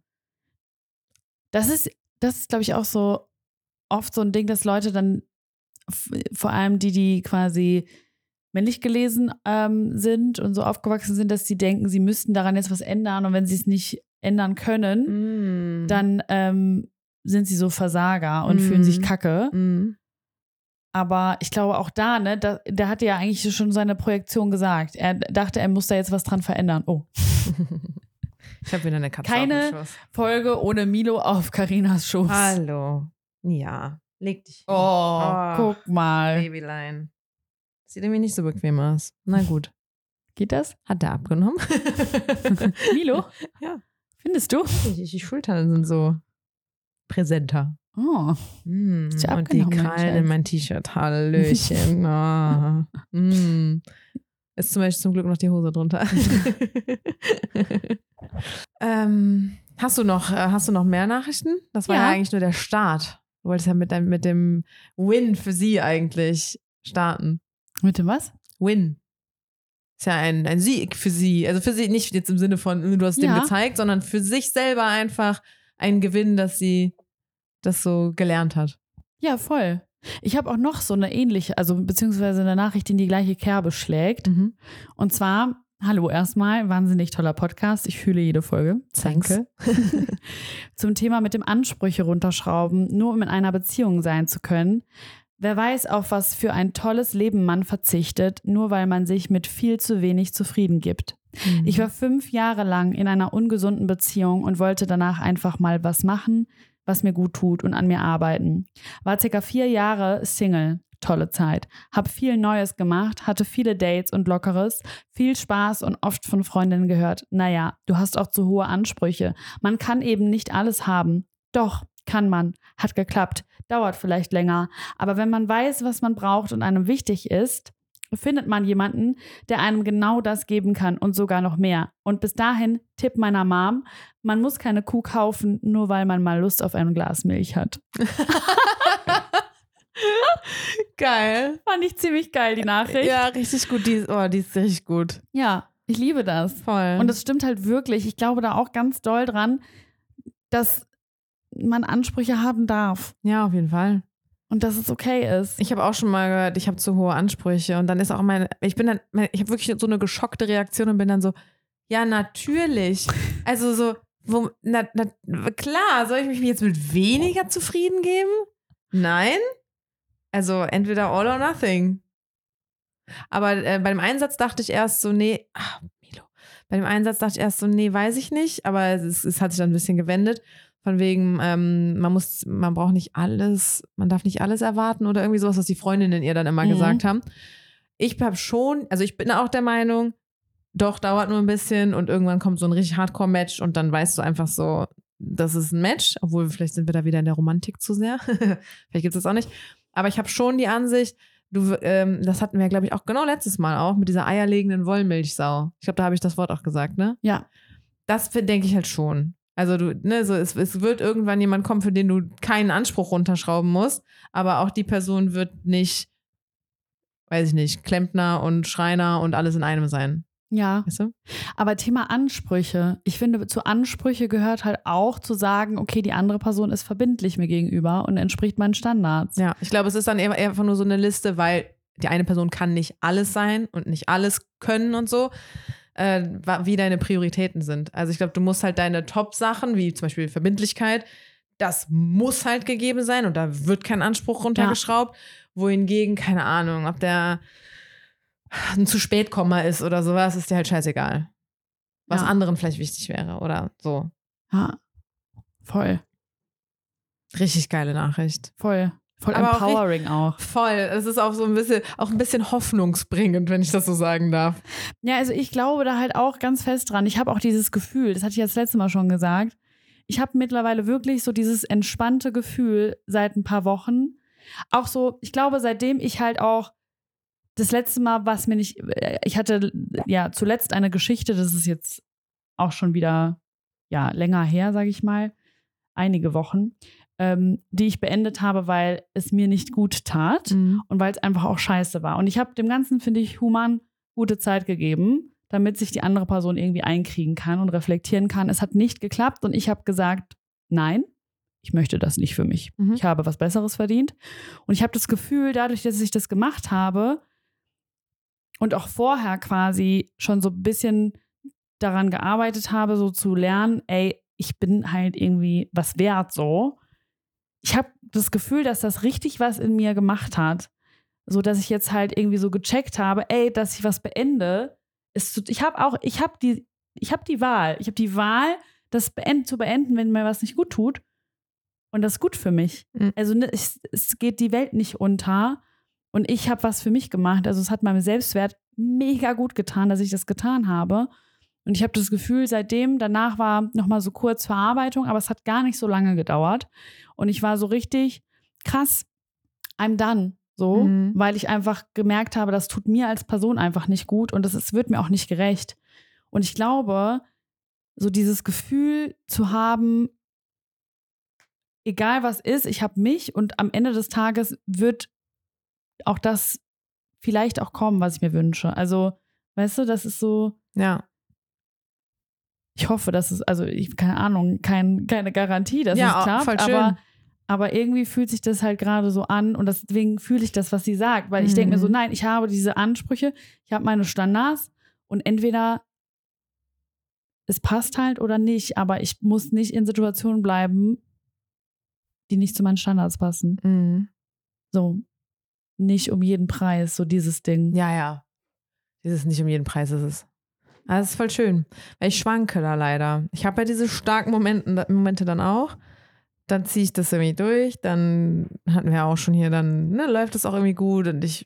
das ist, das ist, glaube ich, auch so oft so ein Ding, dass Leute dann, f- vor allem die, die quasi männlich gelesen ähm, sind und so aufgewachsen sind, dass sie denken, sie müssten daran jetzt was ändern und wenn sie es nicht ändern können, Mm. dann ähm, sind sie so Versager und Mhm. fühlen sich kacke. Mhm. Aber ich glaube auch da, ne, da, der hatte ja eigentlich schon seine Projektion gesagt. Er dachte, er muss da jetzt was dran verändern. Oh. Ich habe wieder eine Katze Keine auf dem Schoß. Folge ohne Milo auf Carinas Schoß. Hallo. Ja, leg dich hin. Oh, Oh. guck mal. Babylein. Sieht irgendwie nicht so bequem aus. Na gut. Geht das? Hat der abgenommen? Milo? Ja. Findest du? Die, die Schultern sind so präsenter. Oh. Mm, Ist ja und die abgenommen, mein Krallen in Schatz. mein T-Shirt. Hallöchen. Ah. Mm. Ist zum Beispiel zum Glück noch die Hose drunter. ähm, hast du noch, äh, hast du noch mehr Nachrichten? Das war ja, Ja. eigentlich nur der Start. Du wolltest ja mit, deinem, mit dem Win für sie eigentlich starten. Mit dem was? Win. Ist ja ein, ein Sieg für sie. Also für sie nicht jetzt im Sinne von, du hast dem Ja. gezeigt, sondern für sich selber einfach ein Gewinn, dass sie das so gelernt hat. Ja, voll. Ich habe auch noch so eine ähnliche, also beziehungsweise eine Nachricht, die in die gleiche Kerbe schlägt. Mhm. Und zwar, hallo erstmal, wahnsinnig toller Podcast. Ich fühle jede Folge. Thanks. Danke. Zum Thema mit dem Ansprüche runterschrauben, nur um in einer Beziehung sein zu können. Wer weiß, auf was für ein tolles Leben man verzichtet, nur weil man sich mit viel zu wenig zufrieden gibt. Mhm. Ich war fünf Jahre lang in einer ungesunden Beziehung und wollte danach einfach mal was machen, was mir gut tut und an mir arbeiten. War circa vier Jahre Single. Tolle Zeit. Hab viel Neues gemacht, hatte viele Dates und Lockeres, viel Spaß und oft von Freundinnen gehört, naja, du hast auch zu hohe Ansprüche. Man kann eben nicht alles haben. Doch, kann man. Hat geklappt. Dauert vielleicht länger. Aber wenn man weiß, was man braucht und einem wichtig ist, findet man jemanden, der einem genau das geben kann und sogar noch mehr. Und bis dahin, Tipp meiner Mom, man muss keine Kuh kaufen, nur weil man mal Lust auf ein Glas Milch hat. Geil. Fand ich ziemlich geil, die Nachricht. Ja, richtig gut. Die, oh, die ist richtig gut. Ja, ich liebe das. Voll. Und es stimmt halt wirklich. Ich glaube da auch ganz doll dran, dass man Ansprüche haben darf ja, auf jeden Fall. und dass es okay ist. Ich habe auch schon mal gehört, ich habe zu hohe Ansprüche und dann ist auch meine, ich bin dann, ich habe wirklich so eine geschockte Reaktion und bin dann so, ja, natürlich. Also so, wo, na, na, klar, soll ich mich jetzt mit weniger zufrieden geben? Nein. Also entweder all or nothing. Aber äh, bei dem Einsatz dachte ich erst so, nee, ach, Milo. Bei dem Einsatz dachte ich erst so, nee, weiß ich nicht, aber es, es hat sich dann ein bisschen gewendet. Von wegen, ähm, man muss, man braucht nicht alles, man darf nicht alles erwarten oder irgendwie sowas, was die Freundinnen ihr dann immer Mhm. gesagt haben. Ich habe schon, also ich bin auch der Meinung, doch, dauert nur ein bisschen und irgendwann kommt so ein richtig Hardcore-Match und dann weißt du einfach so, das ist ein Match, obwohl vielleicht sind wir da wieder in der Romantik zu sehr. Vielleicht gibt es das auch nicht. Aber ich habe schon die Ansicht, du, ähm, das hatten wir, glaube ich, auch genau letztes Mal auch mit dieser eierlegenden Wollmilchsau. Ich glaube, da habe ich das Wort auch gesagt, ne? Ja. Das denke ich halt schon. Also du, ne, so es, es wird irgendwann jemand kommen, für den du keinen Anspruch runterschrauben musst, aber auch die Person wird nicht, weiß ich nicht, Klempner und Schreiner und alles in einem sein. Ja, Weißt du? aber Thema Ansprüche. Ich finde, zu Ansprüche gehört halt auch zu sagen, okay, die andere Person ist verbindlich mir gegenüber und entspricht meinen Standards. Ja, ich glaube, es ist dann eher einfach nur so eine Liste, weil die eine Person kann nicht alles sein und nicht alles können und so, äh, wie deine Prioritäten sind. Also ich glaube, du musst halt deine Top-Sachen, wie zum Beispiel Verbindlichkeit, das muss halt gegeben sein und da wird kein Anspruch runtergeschraubt. Ja. Wohingegen, keine Ahnung, ob der ein zu spät Komma ist oder sowas, ist dir halt scheißegal. Was Ja. anderen vielleicht wichtig wäre oder so. Ja, voll, Richtig geile Nachricht. voll. Voll Aber auch empowering auch. Voll. Es ist auch so ein bisschen, auch ein bisschen hoffnungsbringend, wenn ich das so sagen darf. Ja, also ich glaube da halt auch ganz fest dran. Ich habe auch dieses Gefühl, das hatte ich ja das letzte Mal schon gesagt. Ich habe mittlerweile wirklich so dieses entspannte Gefühl seit ein paar Wochen. Auch so, ich glaube, seitdem ich halt auch das letzte Mal, was mir nicht, ich hatte ja zuletzt eine Geschichte, das ist jetzt auch schon wieder ja länger her, sage ich mal, einige Wochen, ähm, die ich beendet habe, weil es mir nicht gut tat Mhm. und weil es einfach auch scheiße war. Und ich habe dem Ganzen, finde ich, human gute Zeit gegeben, damit sich die andere Person irgendwie einkriegen kann und reflektieren kann. Es hat nicht geklappt und ich habe gesagt, nein, ich möchte das nicht für mich. Mhm. Ich habe was Besseres verdient. Und ich habe das Gefühl, dadurch, dass ich das gemacht habe und auch vorher quasi schon so ein bisschen daran gearbeitet habe, so zu lernen, ey, ich bin halt irgendwie was wert so, ich habe das Gefühl, dass das richtig was in mir gemacht hat. So, dass ich jetzt halt irgendwie so gecheckt habe, ey, dass ich was beende, ist, ich habe auch, ich habe die, ich habe die Wahl. Ich habe die Wahl, das beend, zu beenden, wenn mir was nicht gut tut. Und das ist gut für mich. Mhm. Also ne, es, es geht die Welt nicht unter. Und ich habe was für mich gemacht. Also es hat meinem Selbstwert mega gut getan, dass ich das getan habe. Und ich habe das Gefühl, seitdem, danach war nochmal so kurz Verarbeitung, aber es hat gar nicht so lange gedauert. Und ich war so richtig krass, I'm done. So, mhm. weil ich einfach gemerkt habe, das tut mir als Person einfach nicht gut und das ist, wird mir auch nicht gerecht. Und ich glaube, so dieses Gefühl zu haben, egal was ist, ich habe mich und am Ende des Tages wird auch das vielleicht auch kommen, was ich mir wünsche. Also, weißt du, das ist so. Ja. Ich hoffe, dass es, also, ich, keine Ahnung, kein, keine Garantie, dass ja, es klappt, voll schön. aber. Aber irgendwie fühlt sich das halt gerade so an und deswegen fühle ich das, was sie sagt. Weil ich mhm. denke mir so, nein, ich habe diese Ansprüche, ich habe meine Standards und entweder es passt halt oder nicht, aber ich muss nicht in Situationen bleiben, die nicht zu meinen Standards passen. Mhm. So, nicht um jeden Preis, so dieses Ding. Ja, ja. Dieses nicht um jeden Preis ist es. Aber das ist voll schön, weil ich schwanke da leider. Ich habe ja diese starken Momente, Momente dann auch. Dann ziehe ich das irgendwie durch, dann hatten wir auch schon hier, dann ne, läuft es auch irgendwie gut und ich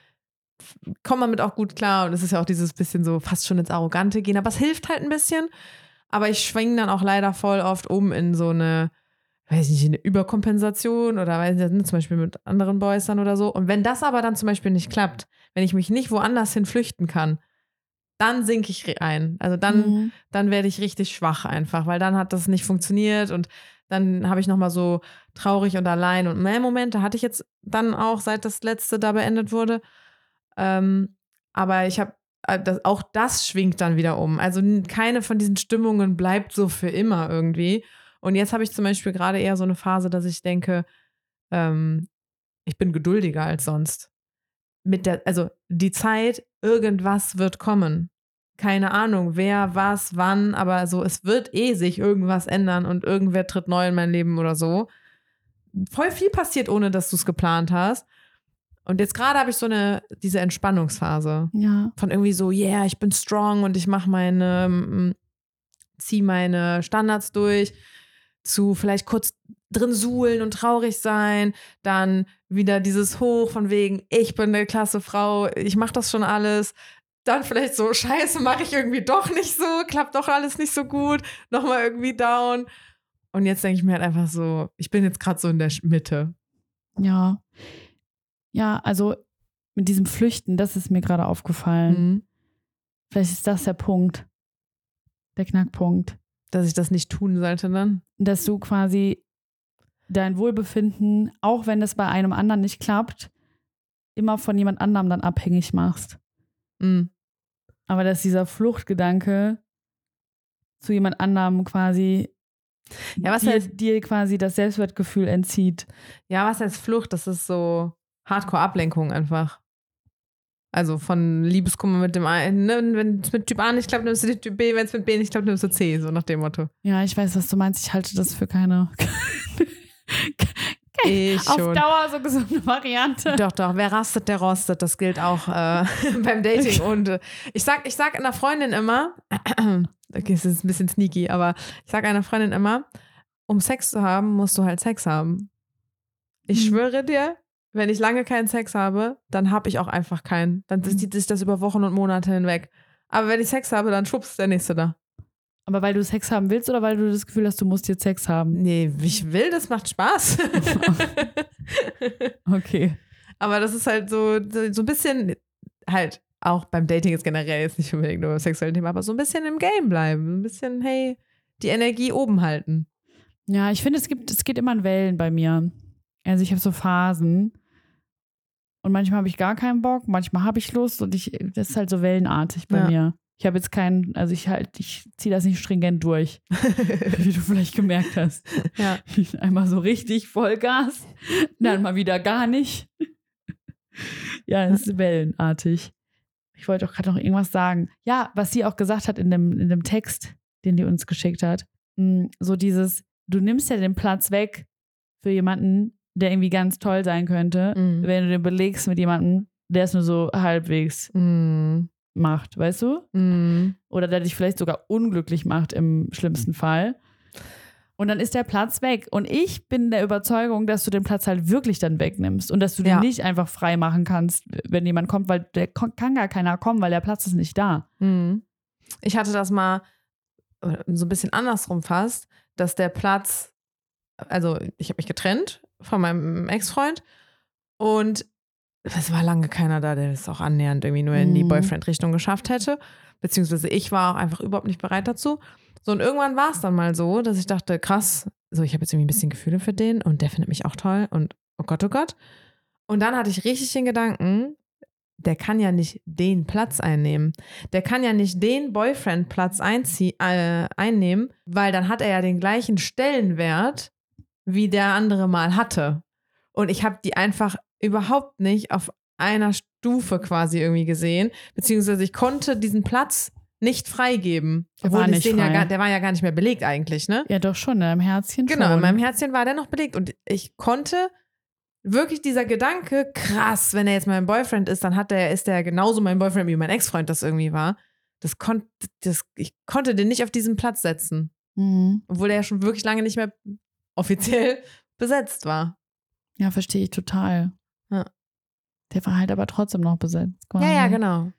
komme damit auch gut klar und es ist ja auch dieses bisschen so fast schon ins Arrogante gehen, aber es hilft halt ein bisschen, aber ich schwinge dann auch leider voll oft um in so eine, weiß nicht, eine Überkompensation oder weiß nicht, zum Beispiel mit anderen Boys dann oder so und wenn das aber dann zum Beispiel nicht klappt, wenn ich mich nicht woanders hin flüchten kann, dann sinke ich ein, also dann, mhm. dann werde ich richtig schwach einfach, weil dann hat das nicht funktioniert und dann habe ich nochmal so traurig und allein und mehr Momente hatte ich jetzt dann auch, seit das letzte da beendet wurde. Ähm, aber ich habe, das, auch das schwingt dann wieder um. Also keine von diesen Stimmungen bleibt so für immer irgendwie. Und jetzt habe ich zum Beispiel gerade eher so eine Phase, dass ich denke, ähm, ich bin geduldiger als sonst. Mit der, also die Zeit, irgendwas wird kommen. Keine Ahnung, wer, was, wann, aber so, es wird eh sich irgendwas ändern und irgendwer tritt neu in mein Leben oder so. Voll viel passiert, ohne dass du es geplant hast. Und jetzt gerade habe ich so eine, diese Entspannungsphase. Ja. Von irgendwie so, yeah, ich bin strong und ich mache meine, ziehe meine Standards durch, zu vielleicht kurz drin suhlen und traurig sein, dann wieder dieses Hoch von wegen, ich bin eine klasse Frau, ich mache das schon alles. Dann vielleicht so, scheiße, mache ich irgendwie doch nicht so, klappt doch alles nicht so gut, nochmal irgendwie down. Und jetzt denke ich mir halt einfach so, ich bin jetzt gerade so in der Mitte. Ja. Ja, also mit diesem Flüchten, das ist mir gerade aufgefallen. Mhm. Vielleicht ist das der Punkt, der Knackpunkt. Dass ich das nicht tun sollte dann? Dass du quasi dein Wohlbefinden, auch wenn es bei einem anderen nicht klappt, immer von jemand anderem dann abhängig machst. Mhm. Aber dass dieser Fluchtgedanke zu jemand anderem quasi ja, was dir, heißt, dir quasi das Selbstwertgefühl entzieht. Ja, was heißt Flucht? Das ist so Hardcore-Ablenkung einfach. Also von Liebeskummer mit dem einen, ne? Wenn es mit Typ A nicht klappt, nimmst du den Typ B, wenn es mit B nicht klappt, nimmst du C, so nach dem Motto. Ja, ich weiß, was du meinst. Ich halte das für keine Ich auf schon. Dauer so gesunde Variante. Doch, doch, wer rastet, der rostet. Das gilt auch äh, beim Dating. Und äh, ich sag, ich sag einer Freundin immer, okay, es ist ein bisschen sneaky, aber ich sag einer Freundin immer, um Sex zu haben, musst du halt Sex haben. Ich Mhm. schwöre dir, wenn ich lange keinen Sex habe, dann habe ich auch einfach keinen. Dann zieht sich das über Wochen und Monate hinweg. Aber wenn ich Sex habe, dann schwupps der Nächste da. Aber weil du Sex haben willst oder weil du das Gefühl hast, du musst jetzt Sex haben? Nee, ich will, das macht Spaß. Okay. Aber das ist halt so, so ein bisschen, halt auch beim Dating ist generell jetzt nicht unbedingt nur sexuelle Thema, aber so ein bisschen im Game bleiben. Ein bisschen, hey, die Energie oben halten. Ja, ich finde, es gibt, es geht immer in Wellen bei mir. Also ich habe so Phasen und manchmal habe ich gar keinen Bock, manchmal habe ich Lust und ich, das ist halt so wellenartig bei Ja. mir. Ich habe jetzt keinen, also ich halt, ich ziehe das nicht stringent durch, wie du vielleicht gemerkt hast. Ja. Einmal so richtig Vollgas, dann mal wieder gar nicht. Ja, es ist wellenartig. Ich wollte auch gerade noch irgendwas sagen. Ja, was sie auch gesagt hat in dem, in dem Text, den die uns geschickt hat. So dieses, du nimmst ja den Platz weg für jemanden, der irgendwie ganz toll sein könnte, Mhm. wenn du den belegst mit jemandem, der es nur so halbwegs Mhm. macht, weißt du? Mhm. Oder der dich vielleicht sogar unglücklich macht im schlimmsten Fall. Und dann ist der Platz weg. Und ich bin der Überzeugung, dass du den Platz halt wirklich dann wegnimmst und dass du Ja. den nicht einfach frei machen kannst, wenn jemand kommt, weil der kon- kann gar keiner kommen, weil der Platz ist nicht da. Mhm. Ich hatte das mal äh, so ein bisschen andersrum fast, dass der Platz, also ich habe mich getrennt von meinem Ex-Freund und es war lange keiner da, der es auch annähernd irgendwie nur in die Mhm. Boyfriend-Richtung geschafft hätte. Beziehungsweise ich war auch einfach überhaupt nicht bereit dazu. So, und irgendwann war es dann mal so, dass ich dachte, krass, so ich habe jetzt irgendwie ein bisschen Gefühle für den und der findet mich auch toll und oh Gott, oh Gott. Und dann hatte ich richtig den Gedanken, der kann ja nicht den Platz einnehmen. Der kann ja nicht den Boyfriend-Platz einzie- äh, einnehmen, weil dann hat er ja den gleichen Stellenwert, wie der andere mal hatte. Und ich habe die einfach überhaupt nicht auf einer Stufe quasi irgendwie gesehen, beziehungsweise ich konnte diesen Platz nicht freigeben. Der Obwohl war ich nicht den ja frei. gar, der war ja gar nicht mehr belegt eigentlich, ne? Ja, doch schon, in deinem Herzchen Genau, schon. in meinem Herzchen war der noch belegt und ich konnte wirklich dieser Gedanke, krass, wenn er jetzt mein Boyfriend ist, dann hat der, ist der genauso mein Boyfriend, wie mein Ex-Freund das irgendwie war. Das kon, das, ich konnte den nicht auf diesen Platz setzen, Mhm. obwohl der ja schon wirklich lange nicht mehr offiziell besetzt war. Ja, verstehe ich total. Ja. Der war halt aber trotzdem noch besetzt. Ja, ja, quasi. genau.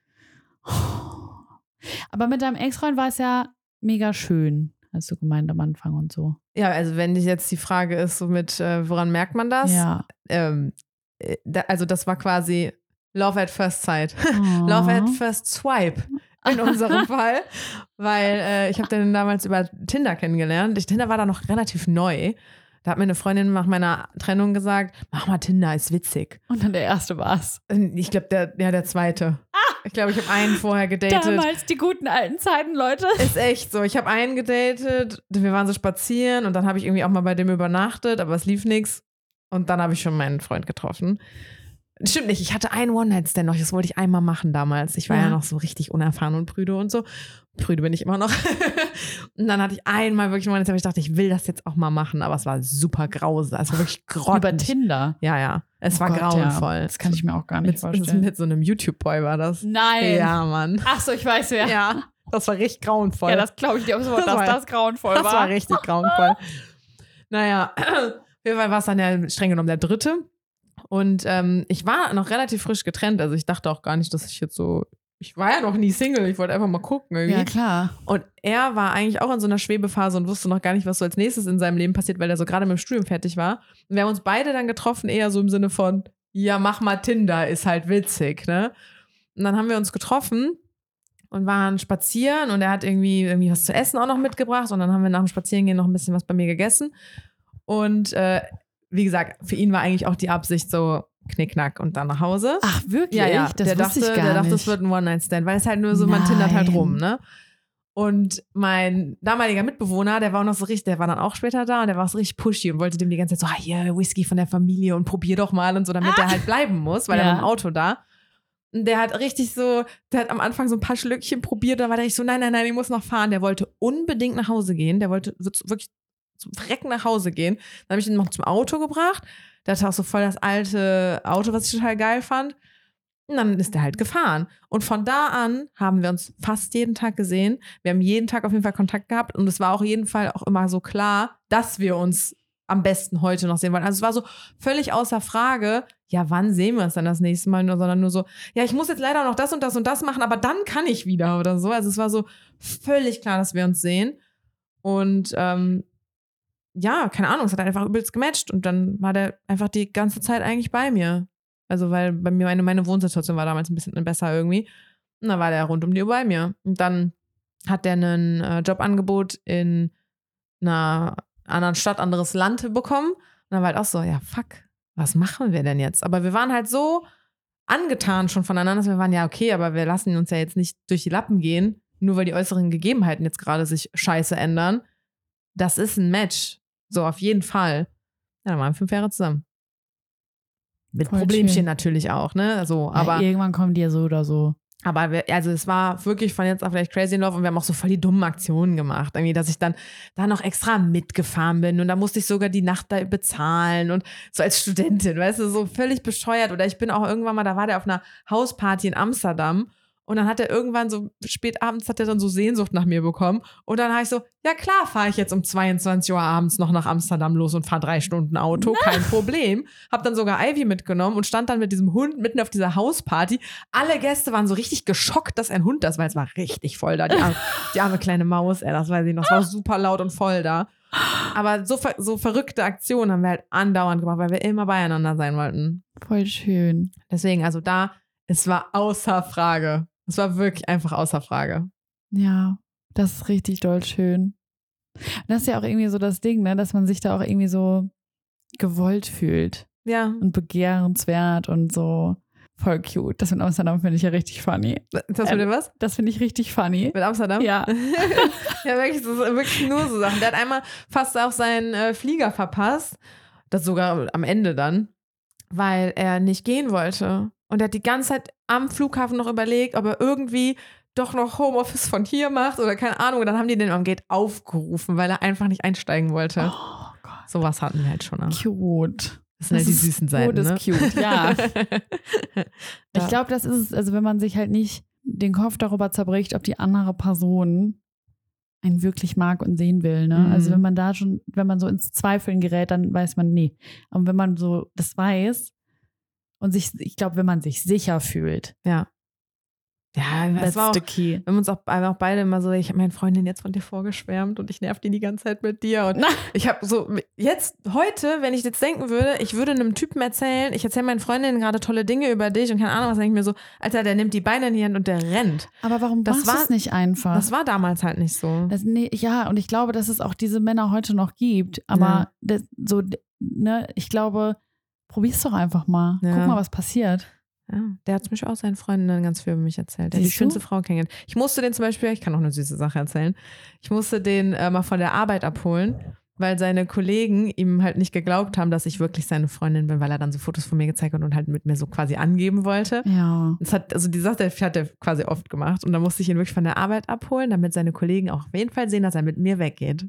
Aber mit deinem Ex-Freund war es ja mega schön, hast du gemeint am Anfang und so. Ja, also wenn jetzt die Frage ist, so mit, äh, woran merkt man das? Ja. Ähm, äh, da, also das war quasi Love at First Sight. Oh. Love at First Swipe in unserem Fall, weil äh, ich habe den damals über Tinder kennengelernt. Ich, Tinder war da noch relativ neu. Da hat mir eine Freundin nach meiner Trennung gesagt, mach mal Tinder, ist witzig. Und dann der erste war's. Ich glaube, der, ja, der zweite. Ich glaube, ich habe einen vorher gedatet. Damals die guten alten Zeiten, Leute. Ist echt so. Ich habe einen gedatet, wir waren so spazieren und dann habe ich irgendwie auch mal bei dem übernachtet, aber es lief nichts. Und dann habe ich schon meinen Freund getroffen. Stimmt nicht, ich hatte einen One-Night-Stand noch, das wollte ich einmal machen damals. Ich war ja, Ja. noch so richtig unerfahren und prüde und so. Prüde bin ich immer noch. Und dann hatte ich einmal wirklich einen One-Night-Stand, ich dachte, ich will das jetzt auch mal machen, aber es war super grausam. Es war wirklich grottig. Über Tinder. Ja, ja. Es Oh war Gott, grauenvoll. Ja. Das kann ich mir auch gar nicht mit, vorstellen. mit so einem YouTube-Boy war das. Nein. Ja, Mann. Ach so, ich weiß wer. Ja, das war richtig grauenvoll. Ja, das glaube ich dir, dass Das das, war- das grauenvoll Das war. war richtig grauenvoll. Naja, auf jeden Fall war es dann ja streng genommen der dritte. Und ähm, ich war noch relativ frisch getrennt. Also ich dachte auch gar nicht, dass ich jetzt so. Ich war ja noch nie Single. Ich wollte einfach mal gucken irgendwie. Ja, klar. Und er war eigentlich auch in so einer Schwebephase und wusste noch gar nicht, was so als nächstes in seinem Leben passiert, weil er so gerade mit dem Studium fertig war. Und wir haben uns beide dann getroffen, eher so im Sinne von, ja, mach mal Tinder, ist halt witzig, ne? Und dann haben wir uns getroffen und waren spazieren und er hat irgendwie, irgendwie was zu essen auch noch mitgebracht und dann haben wir nach dem Spazierengehen noch ein bisschen was bei mir gegessen. Und äh, wie gesagt, für ihn war eigentlich auch die Absicht so Knickknack und dann nach Hause. Ach, wirklich? Ja, ja, Das der wusste dachte, ich gar der dachte, nicht. es wird ein One-Night-Stand, weil es halt nur so, man tindert halt Nein. rum, ne? Und mein damaliger Mitbewohner, der war auch noch so richtig, der war dann auch später da und der war so richtig pushy und wollte dem die ganze Zeit so, ah, hier, Whisky von der Familie und probier doch mal und so, damit der halt bleiben muss, weil Ja. er war im Auto da. Und der hat richtig so, der hat am Anfang so ein paar Schlückchen probiert, da war der nicht so, nein, nein, nein, ich muss noch fahren. Der wollte unbedingt nach Hause gehen, der wollte wirklich zum Frecken nach Hause gehen. Dann habe ich ihn noch zum Auto gebracht. Der hatte auch so voll das alte Auto, was ich total geil fand. Und dann ist er halt gefahren. Und von da an haben wir uns fast jeden Tag gesehen. Wir haben jeden Tag auf jeden Fall Kontakt gehabt. Und es war auch jeden Fall auch immer so klar, dass wir uns am besten heute noch sehen wollen. Also es war so völlig außer Frage, ja, wann sehen wir uns dann das nächste Mal? Nur, sondern nur so, ja, ich muss jetzt leider noch das und das und das machen, aber dann kann ich wieder oder so. Also es war so völlig klar, dass wir uns sehen. Und ähm, ja, keine Ahnung, es hat einfach übelst gematcht. Und dann war der einfach die ganze Zeit eigentlich bei mir. Also, weil bei mir meine, meine Wohnsituation war damals ein bisschen besser irgendwie. Und dann war der rund um die Uhr bei mir. Und dann hat der ein äh, Jobangebot in einer anderen Stadt, anderes Land bekommen. Und dann war halt auch so, ja, fuck, was machen wir denn jetzt? Aber wir waren halt so angetan schon voneinander, dass wir waren, ja, okay, aber wir lassen uns ja jetzt nicht durch die Lappen gehen, nur weil die äußeren Gegebenheiten jetzt gerade sich scheiße ändern. Das ist ein Match. So, auf jeden Fall. Ja, dann waren wir fünf Jahre zusammen. Mit Voll Problemchen schön. natürlich auch, ne? So, Ja, aber irgendwann kommen die ja so oder so. Aber wir, also es war wirklich von jetzt auf gleich crazy in love und wir haben auch so voll die dummen Aktionen gemacht. Irgendwie, dass ich dann da noch extra mitgefahren bin und da musste ich sogar die Nacht da bezahlen und so als Studentin, weißt du, so völlig bescheuert. Oder ich bin auch irgendwann mal, da war der auf einer Hausparty in Amsterdam und dann hat er irgendwann so spät abends hat er dann so Sehnsucht nach mir bekommen und dann habe ich so, ja klar, fahre ich jetzt um zweiundzwanzig Uhr abends noch nach Amsterdam los und fahre drei Stunden Auto, kein Problem. Hab dann sogar Ivy mitgenommen und stand dann mit diesem Hund mitten auf dieser Hausparty. Alle Gäste waren so richtig geschockt, dass ein Hund das war, es war richtig voll da, die arme, die arme kleine Maus, ey, das weiß ich noch, es war super laut und voll da. Aber so, so verrückte Aktionen haben wir halt andauernd gemacht, weil wir immer beieinander sein wollten. Voll schön. Deswegen, also da, es war außer Frage. Es war wirklich einfach außer Frage. Ja, das ist richtig doll schön. Und das ist ja auch irgendwie so das Ding, ne, dass man sich da auch irgendwie so gewollt fühlt. Ja. Und begehrenswert und so voll cute. Das mit Amsterdam finde ich ja richtig funny. Das mit dem was? Das finde ich richtig funny. Mit Amsterdam? Ja. Ja, wirklich, das ist wirklich nur so Sachen. Der hat einmal fast auch seinen äh, Flieger verpasst. Das sogar am Ende dann, weil er nicht gehen wollte. Und er hat die ganze Zeit am Flughafen noch überlegt, ob er irgendwie doch noch Homeoffice von hier macht oder keine Ahnung. Und dann haben die den am Gate aufgerufen, weil er einfach nicht einsteigen wollte. Oh Gott. Sowas hatten wir halt schon. Auch. Cute. Das sind halt die süßen Seiten, das ne? ist cute, ja. Ich glaube, das ist es, also wenn man sich halt nicht den Kopf darüber zerbricht, ob die andere Person einen wirklich mag und sehen will, ne? Mhm. Also wenn man da schon, wenn man so ins Zweifeln gerät, dann weiß man, nee. Und wenn man so das weiß und sich, ich glaube, wenn man sich sicher fühlt, Ja. Ja, das war auch, the key. wir haben uns auch, auch beide immer so, ich habe meine Freundin jetzt von dir vorgeschwärmt und ich nerv die die ganze Zeit mit dir. Und ich habe so, jetzt, heute, wenn ich jetzt denken würde, ich würde einem Typen erzählen, ich erzähle meinen Freundinnen gerade tolle Dinge über dich und keine Ahnung, was denke ich mir so, Alter, der nimmt die Beine in die Hand und der rennt. Aber warum das machst du war, es nicht einfach? Das war damals halt nicht so. Das, nee, ja, und ich glaube, dass es auch diese Männer heute noch gibt. Aber Ja. das, so, ne, ich glaube, probier's doch einfach mal. Ja. Guck mal, was passiert. Ja, der hat zum Beispiel auch seinen Freundinnen ganz viel über mich erzählt. Der hat die Siehst du? schönste Frau kennengelernt. Ich musste den zum Beispiel, ich kann auch eine süße Sache erzählen, ich musste den äh, mal von der Arbeit abholen, weil seine Kollegen ihm halt nicht geglaubt haben, dass ich wirklich seine Freundin bin, weil er dann so Fotos von mir gezeigt hat und halt mit mir so quasi angeben wollte. Ja. Das hat, also die Sache hat er quasi oft gemacht und dann musste ich ihn wirklich von der Arbeit abholen, damit seine Kollegen auch auf jeden Fall sehen, dass er mit mir weggeht.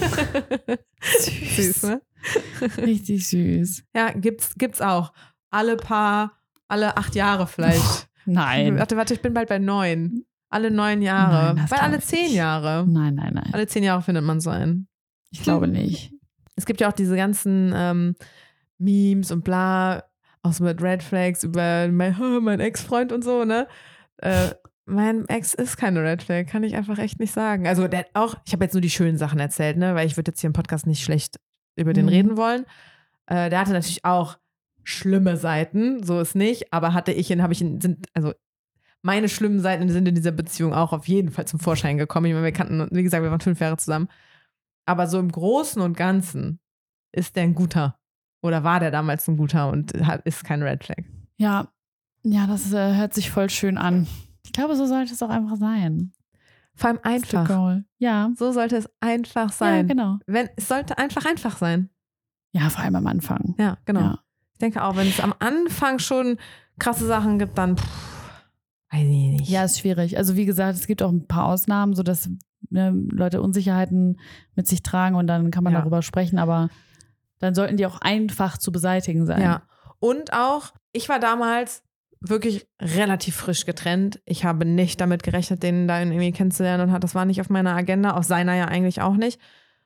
Süß. Süß, ne? Richtig süß. Ja, gibt's, gibt's auch. Alle paar, alle acht Jahre vielleicht. Nein. Warte, warte, ich bin bald bei neun. Alle neun Jahre. Nein, das Weil glaub alle ich zehn nicht. Jahre. Nein, nein, nein. Alle zehn Jahre findet man so einen. Ich glaube nicht. Es gibt ja auch diese ganzen ähm, Memes und bla, auch so mit Red Flags über mein, mein Ex-Freund und so, ne? Äh, mein Ex ist keine Red Flag, kann ich einfach echt nicht sagen. Also der hat auch, ich habe jetzt nur die schönen Sachen erzählt, ne? Weil ich würde jetzt hier im Podcast nicht schlecht über den Mhm. reden wollen. Äh, der hatte natürlich auch schlimme Seiten, so ist nicht, aber hatte ich ihn, habe ich ihn, sind, also meine schlimmen Seiten sind in dieser Beziehung auch auf jeden Fall zum Vorschein gekommen. Ich meine, wir kannten, wie gesagt, wir waren fünf Jahre zusammen. Aber so im Großen und Ganzen ist der ein guter. Oder war der damals ein guter und hat, ist kein Red Flag. Ja, ja, das äh, hört sich voll schön an. Ich glaube, so sollte es auch einfach sein. Vor allem That's the einfach. goal. Ja. So sollte es einfach sein. Ja, genau. Wenn, es sollte einfach einfach sein. Ja, vor allem am Anfang. Ja, genau. Ja. Ich denke auch, wenn es am Anfang schon krasse Sachen gibt, dann pff, weiß ich nicht. Ja, ist schwierig. Also wie gesagt, es gibt auch ein paar Ausnahmen, sodass ne, Leute Unsicherheiten mit sich tragen und dann kann man Ja. darüber sprechen, aber dann sollten die auch einfach zu beseitigen sein. Ja. Und auch, ich war damals wirklich relativ frisch getrennt. Ich habe nicht damit gerechnet, den da irgendwie kennenzulernen und hat, das war nicht auf meiner Agenda, auf seiner ja eigentlich auch nicht.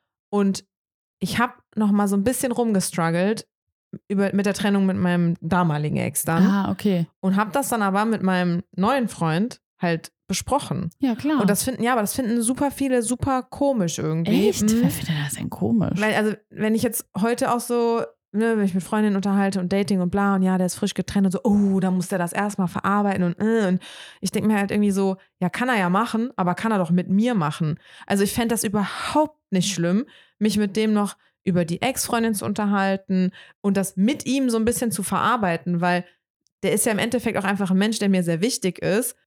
Und ich habe noch mal so ein bisschen rumgestruggelt über, mit der Trennung mit meinem damaligen Ex dann Ah, okay. und habe das dann aber mit meinem neuen Freund halt besprochen. Ja, klar. Und das finden, ja, aber das finden super viele super komisch irgendwie. Echt? Mhm. Wer findet das denn komisch? Weil, also, wenn ich jetzt heute auch so, ne, wenn ich mit Freundinnen unterhalte und Dating und bla und ja, der ist frisch getrennt und so, oh, da muss der das erstmal verarbeiten und, äh, und ich denke mir halt irgendwie so, ja, kann er ja machen, aber kann er doch mit mir machen. Also ich fände das überhaupt nicht schlimm, mich mit dem noch über die Ex-Freundin zu unterhalten und das mit ihm so ein bisschen zu verarbeiten, weil der ist ja im Endeffekt auch einfach ein Mensch, der mir sehr wichtig ist.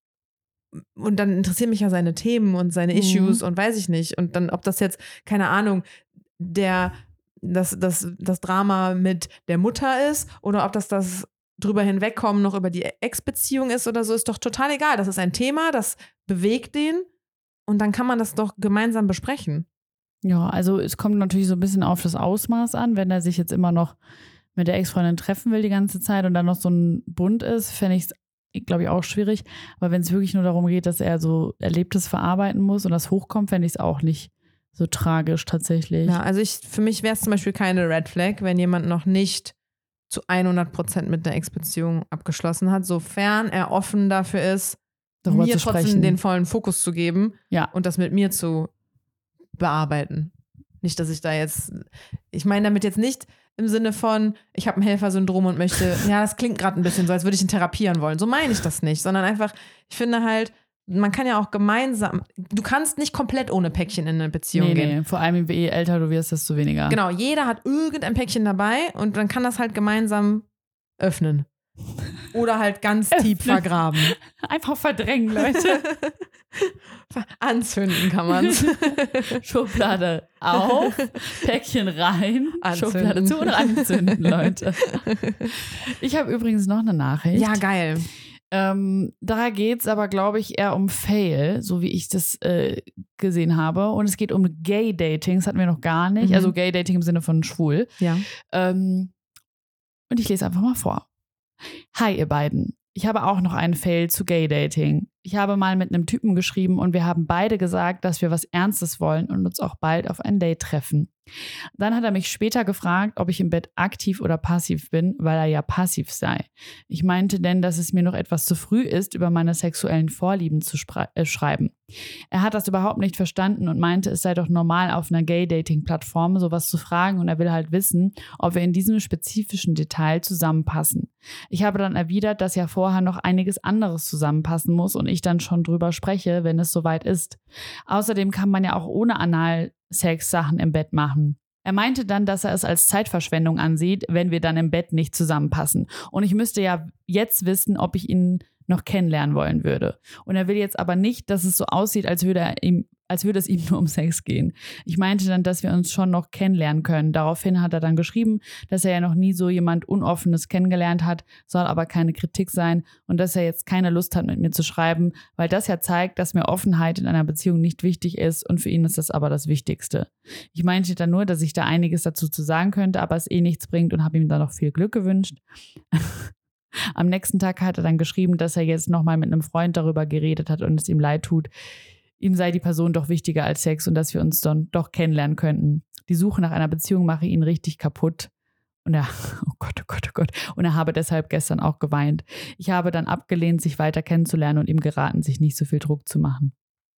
Und dann interessieren mich ja seine Themen und seine Mhm. Issues und weiß ich nicht. Und dann, ob das jetzt, keine Ahnung, der, das, das, das Drama mit der Mutter ist oder ob das das drüber hinwegkommen noch über die Ex-Beziehung ist oder so, ist doch total egal. Das ist ein Thema, das bewegt den und dann kann man das doch gemeinsam besprechen. Ja, also es kommt natürlich so ein bisschen auf das Ausmaß an, wenn er sich jetzt immer noch mit der Ex-Freundin treffen will die ganze Zeit und dann noch so ein Bund ist, fände ich es, glaube ich, auch schwierig. Aber wenn es wirklich nur darum geht, dass er so Erlebtes verarbeiten muss und das hochkommt, fände ich es auch nicht so tragisch tatsächlich. Ja, also ich, für mich wäre es zum Beispiel keine Red Flag, wenn jemand noch nicht zu hundert Prozent mit einer Ex-Beziehung abgeschlossen hat, sofern er offen dafür ist, Darüber mir zu trotzdem sprechen. den vollen Fokus zu geben Ja. und das mit mir zu bearbeiten. Nicht, dass ich da jetzt, ich meine damit jetzt nicht im Sinne von, ich habe ein Helfersyndrom und möchte, ja, das klingt gerade ein bisschen so, als würde ich ihn therapieren wollen. So meine ich das nicht, sondern einfach, ich finde halt, man kann ja auch gemeinsam, du kannst nicht komplett ohne Päckchen in eine Beziehung nee, gehen. Nee, vor allem je älter du wirst, desto weniger. Genau, jeder hat irgendein Päckchen dabei und dann kann das halt gemeinsam öffnen. Oder halt ganz tief vergraben. Einfach verdrängen, Leute. Anzünden kann man es. Schublade auf, Päckchen rein, Anzünden. Schublade zu und anzünden, Leute. Ich habe übrigens noch eine Nachricht. Ja, geil. Ähm, da geht es aber, glaube ich, eher um Fail, so wie ich das äh, gesehen habe. Und es geht um Gay-Dating, das hatten wir noch gar nicht. Mhm. Also Gay-Dating im Sinne von schwul. Ja. Ähm, und ich lese einfach mal vor. Hi, ihr beiden. Ich habe auch noch einen Fail zu Gay-Dating. Ich habe mal mit einem Typen geschrieben und wir haben beide gesagt, dass wir was Ernstes wollen und uns auch bald auf ein Date treffen. Dann hat er mich später gefragt, ob ich im Bett aktiv oder passiv bin, weil er ja passiv sei. Ich meinte denn, dass es mir noch etwas zu früh ist, über meine sexuellen Vorlieben zu spre- äh, schreiben. Er hat das überhaupt nicht verstanden und meinte, es sei doch normal, auf einer Gay-Dating-Plattform sowas zu fragen und er will halt wissen, ob wir in diesem spezifischen Detail zusammenpassen. Ich habe dann erwidert, dass ja vorher noch einiges anderes zusammenpassen muss und ich dann schon drüber spreche, wenn es soweit ist. Außerdem kann man ja auch ohne Analsex Sachen im Bett machen. Er meinte dann, dass er es als Zeitverschwendung ansieht, wenn wir dann im Bett nicht zusammenpassen. Und ich müsste ja jetzt wissen, ob ich ihn noch kennenlernen wollen würde. Und er will jetzt aber nicht, dass es so aussieht, als würde er ihm, als würde es ihm nur um Sex gehen. Ich meinte dann, dass wir uns schon noch kennenlernen können. Daraufhin hat er dann geschrieben, dass er ja noch nie so jemand Unoffenes kennengelernt hat, soll aber keine Kritik sein und dass er jetzt keine Lust hat, mit mir zu schreiben, weil das ja zeigt, dass mir Offenheit in einer Beziehung nicht wichtig ist und für ihn ist das aber das Wichtigste. Ich meinte dann nur, dass ich da einiges dazu zu sagen könnte, aber es eh nichts bringt und habe ihm dann noch viel Glück gewünscht. Am nächsten Tag hat er dann geschrieben, dass er jetzt nochmal mit einem Freund darüber geredet hat und es ihm leid tut. Ihm sei die Person doch wichtiger als Sex und dass wir uns dann doch kennenlernen könnten. Die Suche nach einer Beziehung mache ihn richtig kaputt. Und er, oh Gott, oh Gott, oh Gott. Und er habe deshalb gestern auch geweint. Ich habe dann abgelehnt, sich weiter kennenzulernen und ihm geraten, sich nicht so viel Druck zu machen.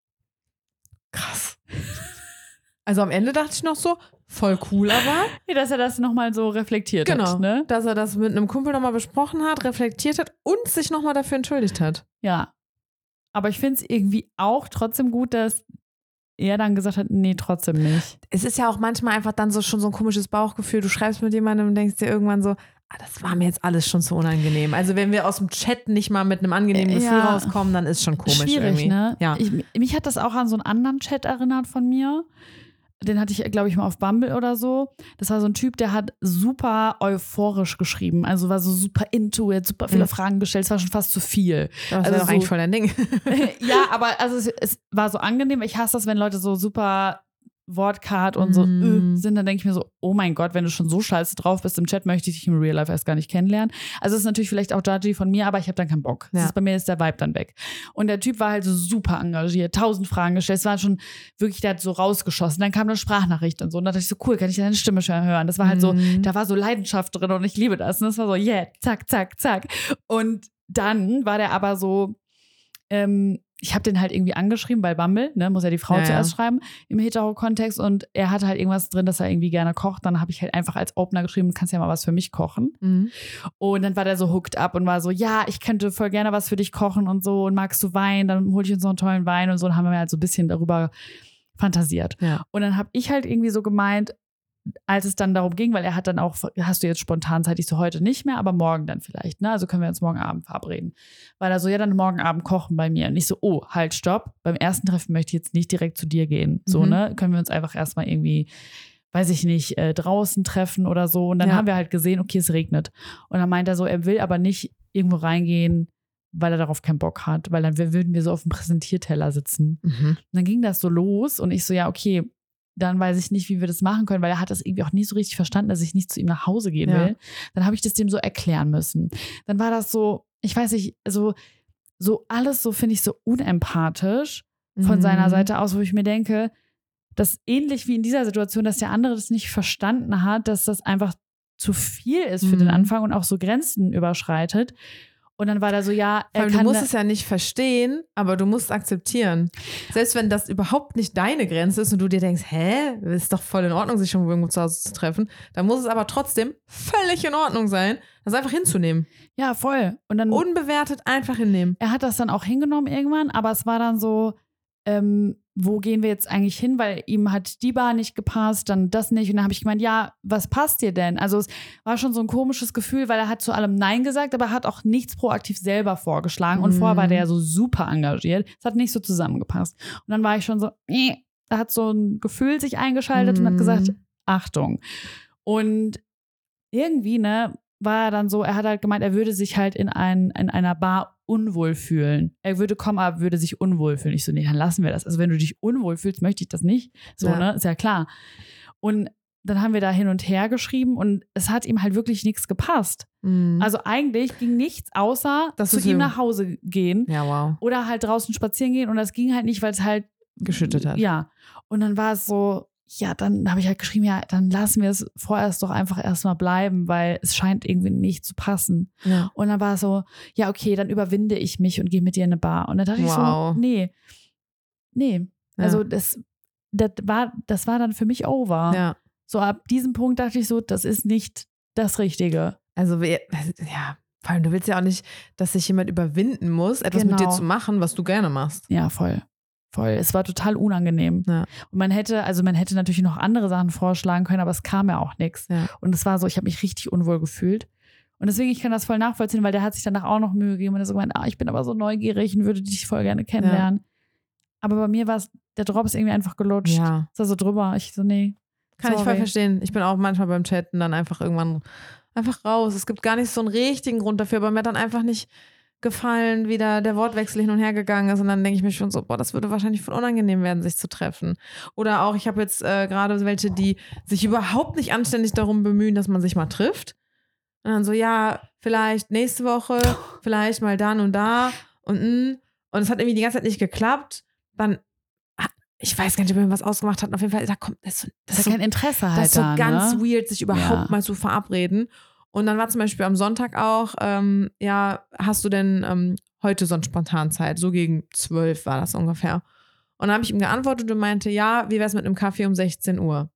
Krass. Also am Ende dachte ich noch so, voll cool aber. Ja, dass er das nochmal so reflektiert genau, hat. Ne? Dass er das mit einem Kumpel nochmal besprochen hat, reflektiert hat und sich nochmal dafür entschuldigt hat. Ja. Aber ich finde es irgendwie auch trotzdem gut, dass er dann gesagt hat, nee, trotzdem nicht. Es ist ja auch manchmal einfach dann so schon so ein komisches Bauchgefühl. Du schreibst mit jemandem und denkst dir irgendwann so, ah, das war mir jetzt alles schon zu unangenehm. Also wenn wir aus dem Chat nicht mal mit einem angenehmen Gefühl Ja. rauskommen, dann ist schon komisch Schwierig, irgendwie. ne? Ja. Ich, mich hat das auch an so einen anderen Chat erinnert von mir. Den hatte ich, glaube ich, mal auf Bumble oder so. Das war so ein Typ, der hat super euphorisch geschrieben. Also war so super into it, super viele Mhm. Fragen gestellt. Es war schon fast zu viel. Das Also ist doch so- eigentlich voll dein Ding. Ja, aber also es, es war so angenehm. Ich hasse das, wenn Leute so super Wortcard und so Mm. äh, sind. Dann denke ich mir so, oh mein Gott, wenn du schon so scheiße drauf bist im Chat, möchte ich dich im Real Life erst gar nicht kennenlernen. Also es ist natürlich vielleicht auch judgy von mir, aber ich habe dann keinen Bock. Das Ja. ist, bei mir ist der Vibe dann weg. Und der Typ war halt so super engagiert, tausend Fragen gestellt. Es war schon wirklich, der hat so rausgeschossen. Dann kam eine Sprachnachricht und so. Und dann dachte ich so, cool, kann ich deine Stimme schon hören? Das war halt so, Mhm. da war so Leidenschaft drin und ich liebe das. Und das war so, yeah, zack, zack, zack. Und dann war der aber so, ähm, ich habe den halt irgendwie angeschrieben bei Bumble, ne, muss ja die Frau Ja, zuerst ja. schreiben, im Hetero-Kontext und er hatte halt irgendwas drin, dass er irgendwie gerne kocht. Dann habe ich halt einfach als Opener geschrieben, du kannst ja mal was für mich kochen. Mhm. Und dann war der so hooked up und war so, ja, ich könnte voll gerne was für dich kochen und so und magst du Wein, dann hol ich uns noch einen tollen Wein und so. Und haben wir halt so ein bisschen darüber fantasiert. Ja. Und dann habe ich halt irgendwie so gemeint, als es dann darum ging, weil er hat dann auch, hast du jetzt spontan Zeit, ich so heute nicht mehr, aber morgen dann vielleicht, ne? Also können wir uns morgen Abend verabreden. Weil er so, ja, dann morgen Abend kochen bei mir. Und ich so, oh, halt, stopp. Beim ersten Treffen möchte ich jetzt nicht direkt zu dir gehen. So, Mhm. ne? Können wir uns einfach erstmal irgendwie weiß ich nicht, äh, draußen treffen oder so. Und dann Ja. haben wir halt gesehen, okay, es regnet. Und dann meint er so, er will aber nicht irgendwo reingehen, weil er darauf keinen Bock hat, weil dann würden wir so auf dem Präsentierteller sitzen. Mhm. Und dann ging das so los und ich so, ja, okay, dann weiß ich nicht, wie wir das machen können, weil er hat das irgendwie auch nie so richtig verstanden, dass ich nicht zu ihm nach Hause gehen Ja. will. Dann habe ich das dem so erklären müssen. Dann war das so, ich weiß nicht, so, so alles so, finde ich, so unempathisch von Mhm. seiner Seite aus, wo ich mir denke, dass ähnlich wie in dieser Situation, dass der andere das nicht verstanden hat, dass das einfach zu viel ist für Mhm. den Anfang und auch so Grenzen überschreitet. Und dann war da so, ja, er Weil kann du musst da- es ja nicht verstehen, aber du musst akzeptieren. Selbst wenn das überhaupt nicht deine Grenze ist und du dir denkst, hä, ist doch voll in Ordnung, sich schon irgendwo zu Hause zu treffen, dann muss es aber trotzdem völlig in Ordnung sein, das einfach hinzunehmen. ja, voll. Und dann Unbewertet einfach hinnehmen. er hat das dann auch hingenommen irgendwann, aber es war dann so, ähm, wo gehen wir jetzt eigentlich hin, weil ihm hat die Bar nicht gepasst, dann das nicht. Und dann habe ich gemeint, ja, was passt dir denn? Also es war schon so ein komisches Gefühl, weil er hat zu allem Nein gesagt, aber er hat auch nichts proaktiv selber vorgeschlagen. Und Mhm. vorher war der ja so super engagiert. Es hat nicht so zusammengepasst. Und dann war ich schon so, äh, da hat so ein Gefühl sich eingeschaltet und hat Mhm. gesagt, Achtung. Und irgendwie, ne, war er dann so, er hat halt gemeint, er würde sich halt in, ein, in einer Bar unwohl fühlen. Er würde kommen, aber würde sich unwohl fühlen. Ich so, nee, dann lassen wir das. Also wenn du dich unwohl fühlst, möchte ich das nicht. So, Ja. ne, ist ja klar. Und dann haben wir da hin und her geschrieben und es hat ihm halt wirklich nichts gepasst. Mhm. Also eigentlich ging nichts, außer Das zu ist ihm ihm- nach Hause gehen ja, wow. oder halt draußen spazieren gehen und das ging halt nicht, weil es halt Geschüttet hat. Ja. Und dann war es so, ja, dann habe ich halt geschrieben, ja, dann lassen wir es vorerst doch einfach erstmal bleiben, weil es scheint irgendwie nicht zu passen. Ja. Und dann war es so, ja, okay, dann überwinde ich mich und gehe mit dir in eine Bar. Und dann dachte Wow. ich so, nee, nee. Ja. Also das, das, war, das war dann für mich over. Ja. So ab diesem Punkt dachte ich so, das ist nicht das Richtige. Also, wir- ja, vor allem, du willst ja auch nicht, dass sich jemand überwinden muss, etwas mit Genau. dir zu machen, was du gerne machst. Ja, voll. Voll. Es war total unangenehm. Ja. Und man hätte, also man hätte natürlich noch andere Sachen vorschlagen können, aber es kam ja auch nichts. Ja. Und es war so, ich habe mich richtig unwohl gefühlt. Und deswegen, ich kann das voll nachvollziehen, weil der hat sich danach auch noch Mühe gegeben und er so gemeint, ah, ich bin aber so neugierig und würde dich voll gerne kennenlernen. Aber bei mir war es, der Drop ist irgendwie einfach gelutscht. Ja. Es war so drüber. Ich so, nee. Kann ich voll sorry. verstehen. Ich bin auch manchmal beim Chatten dann einfach irgendwann einfach raus. Es gibt gar nicht so einen richtigen Grund dafür, aber mir hat dann einfach nicht gefallen, wie da der Wortwechsel hin und her gegangen ist. Und dann denke ich mir schon so, boah, das würde wahrscheinlich voll unangenehm werden, sich zu treffen. Oder auch, ich habe jetzt äh, gerade welche, die sich überhaupt nicht anständig darum bemühen, dass man sich mal trifft. Und dann so, ja, vielleicht nächste Woche, vielleicht mal dann und da und mh. Und es hat irgendwie die ganze Zeit nicht geklappt. Dann, ich weiß gar nicht, ob wir was ausgemacht hatten. Auf jeden Fall, da kommt das, ist so- das Das ist ist so kein Interesse halt das ist so da, ganz ne? weird, sich überhaupt Ja. mal zu verabreden. Und dann war zum Beispiel am Sonntag auch, ähm, ja, hast du denn ähm, heute so eine Spontanzeit? So gegen zwölf war das ungefähr. Und dann habe ich ihm geantwortet und meinte, ja, wie wär's mit einem Kaffee um sechzehn Uhr?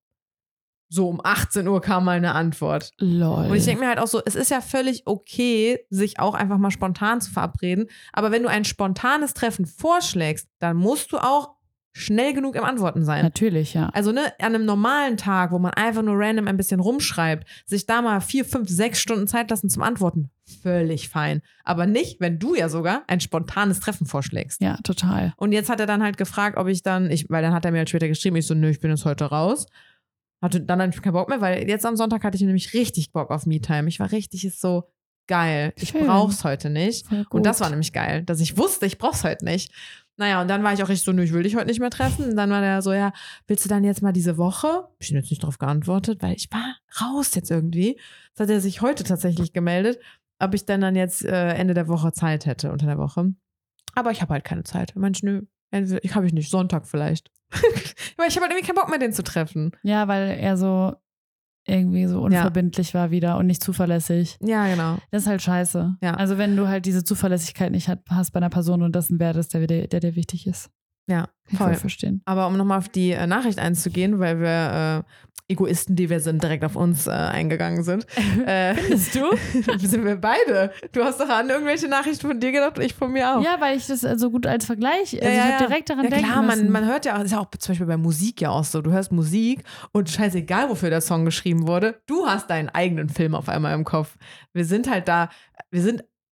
So um achtzehn Uhr kam mal eine Antwort. Lol. Und ich denke mir halt auch so, es ist ja völlig okay, sich auch einfach mal spontan zu verabreden. Aber wenn du ein spontanes Treffen vorschlägst, dann musst du auch schnell genug im Antworten sein. Natürlich, ja. Also, ne, an einem normalen Tag, wo man einfach nur random ein bisschen rumschreibt, sich da mal vier, fünf, sechs Stunden Zeit lassen zum Antworten, völlig fein. Aber nicht, wenn du ja sogar ein spontanes Treffen vorschlägst. Ja, total. Und jetzt hat er dann halt gefragt, ob ich dann, ich, weil dann hat er mir halt später geschrieben, ich so, nö, ich bin jetzt heute raus. Hatte dann hatte ich keinen Bock mehr, weil jetzt am Sonntag hatte ich nämlich richtig Bock auf Me-Time. Ich war richtig, ist so geil. Ich Schön. brauch's heute nicht. Voll gut. Und das war nämlich geil, dass ich wusste, ich brauch's heute nicht. Naja, und dann war ich auch richtig so, nö, ich will dich heute nicht mehr treffen. Und dann war der so, ja, willst du dann jetzt mal diese Woche? Hab ich ihm jetzt nicht drauf geantwortet, weil ich war raus jetzt irgendwie. Das hat er sich heute tatsächlich gemeldet, ob ich dann dann jetzt äh, Ende der Woche Zeit hätte, unter der Woche. Aber ich habe halt keine Zeit. Mensch, nö, ich habe ich nicht. Sonntag vielleicht. Weil ich habe halt irgendwie keinen Bock mehr, den zu treffen. Ja, weil er so irgendwie so unverbindlich war wieder und nicht zuverlässig. Ja, genau. Das ist halt scheiße. Ja. Also wenn du halt diese Zuverlässigkeit nicht hat, hast bei einer Person und das ein Wert ist, der, der, der dir wichtig ist. Ja, Kann ich voll. voll verstehen. Aber um nochmal auf die äh, Nachricht einzugehen, weil wir äh, Egoisten, die wir sind, direkt auf uns äh, eingegangen sind. Äh, Findest du? sind wir beide. Du hast doch an irgendwelche Nachrichten von dir gedacht und ich von mir auch. Ja, weil ich das äh, so gut als Vergleich, also Ja, ja, ich habe ja. direkt daran Ja denken klar, man, müssen. man hört ja auch, ist ja auch zum Beispiel bei Musik ja auch so. Du hörst Musik und scheißegal, wofür der Song geschrieben wurde, du hast deinen eigenen Film auf einmal im Kopf. Wir sind halt da, wir sind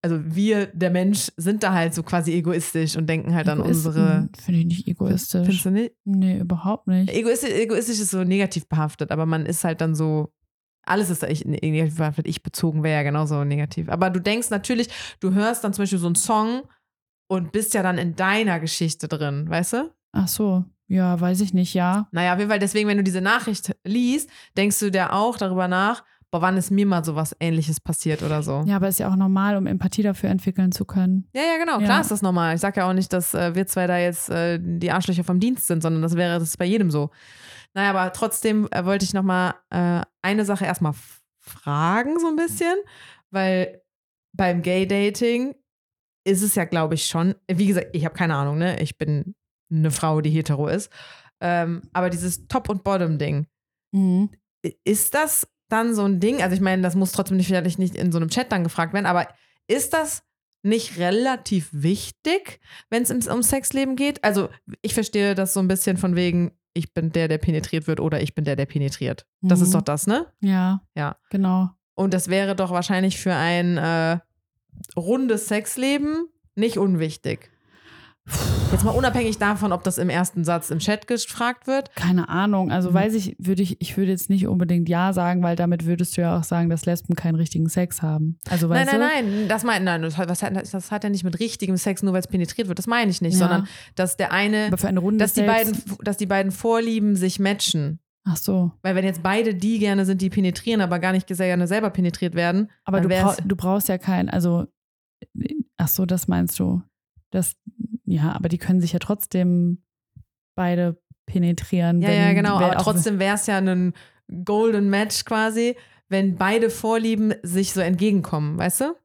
also wir, der Mensch, sind da halt so quasi egoistisch und denken halt an unsere. Finde ich nicht egoistisch. Findest du nicht? Nee, überhaupt nicht. Egoistisch, egoistisch ist so negativ behaftet, aber man ist halt dann so, alles ist da ich, negativ behaftet. Ich bezogen wäre ja genauso negativ. Aber du denkst natürlich, du hörst dann zum Beispiel so einen Song und bist ja dann in deiner Geschichte drin, weißt du? Ach so, ja, weiß ich nicht, ja. Naja, auf jeden Fall, deswegen, wenn du diese Nachricht liest, denkst du dir auch darüber nach, boah, wann ist mir mal sowas Ähnliches passiert oder so. Ja, aber ist ja auch normal, um Empathie dafür entwickeln zu können. Ja, ja, genau, Ja. klar ist das normal. Ich sag ja auch nicht, dass äh, wir zwei da jetzt äh, die Arschlöcher vom Dienst sind, sondern das wäre das ist bei jedem so. Naja, aber trotzdem äh, wollte ich nochmal äh, eine Sache erstmal f- fragen, so ein bisschen, weil beim Gay-Dating ist es ja, glaube ich, schon, wie gesagt, ich habe keine Ahnung, ne? Ich bin eine Frau, die hetero ist. Ähm, aber dieses Top- und Bottom-Ding, Mhm. ist das dann so ein Ding? Also ich meine, das muss trotzdem nicht, vielleicht nicht in so einem Chat dann gefragt werden, aber ist das nicht relativ wichtig, wenn es ums Sexleben geht? Also ich verstehe das so ein bisschen von wegen, ich bin der, der penetriert wird oder ich bin der, der penetriert. Das Mhm. ist doch das, ne? Ja. Ja. Genau. Und das wäre doch wahrscheinlich für ein äh, rundes Sexleben nicht unwichtig. Jetzt mal unabhängig davon, ob das im ersten Satz im Chat gefragt wird. Keine Ahnung. Also Mhm. weiß ich, würde ich, ich würde jetzt nicht unbedingt Ja sagen, weil damit würdest du ja auch sagen, dass Lesben keinen richtigen Sex haben. Also Nein, weißt nein, du? nein, das meint, nein, das hat, was hat, das hat ja nicht mit richtigem Sex, nur weil es penetriert wird. Das meine ich nicht, Ja. sondern dass der eine, Aber für eine Runde dass die beiden, dass die beiden Vorlieben sich matchen. Ach so. Weil wenn jetzt beide die gerne sind, die penetrieren, aber gar nicht sehr gerne selber penetriert werden, Aber dann du, brau wär's- du brauchst ja keinen, also, ach so, das meinst du. Das, ja, aber die können sich ja trotzdem beide penetrieren. Ja, wenn, ja, genau. wenn Aber auch- trotzdem wäre es ja ein Golden Match quasi, wenn beide Vorlieben sich so entgegenkommen, weißt du?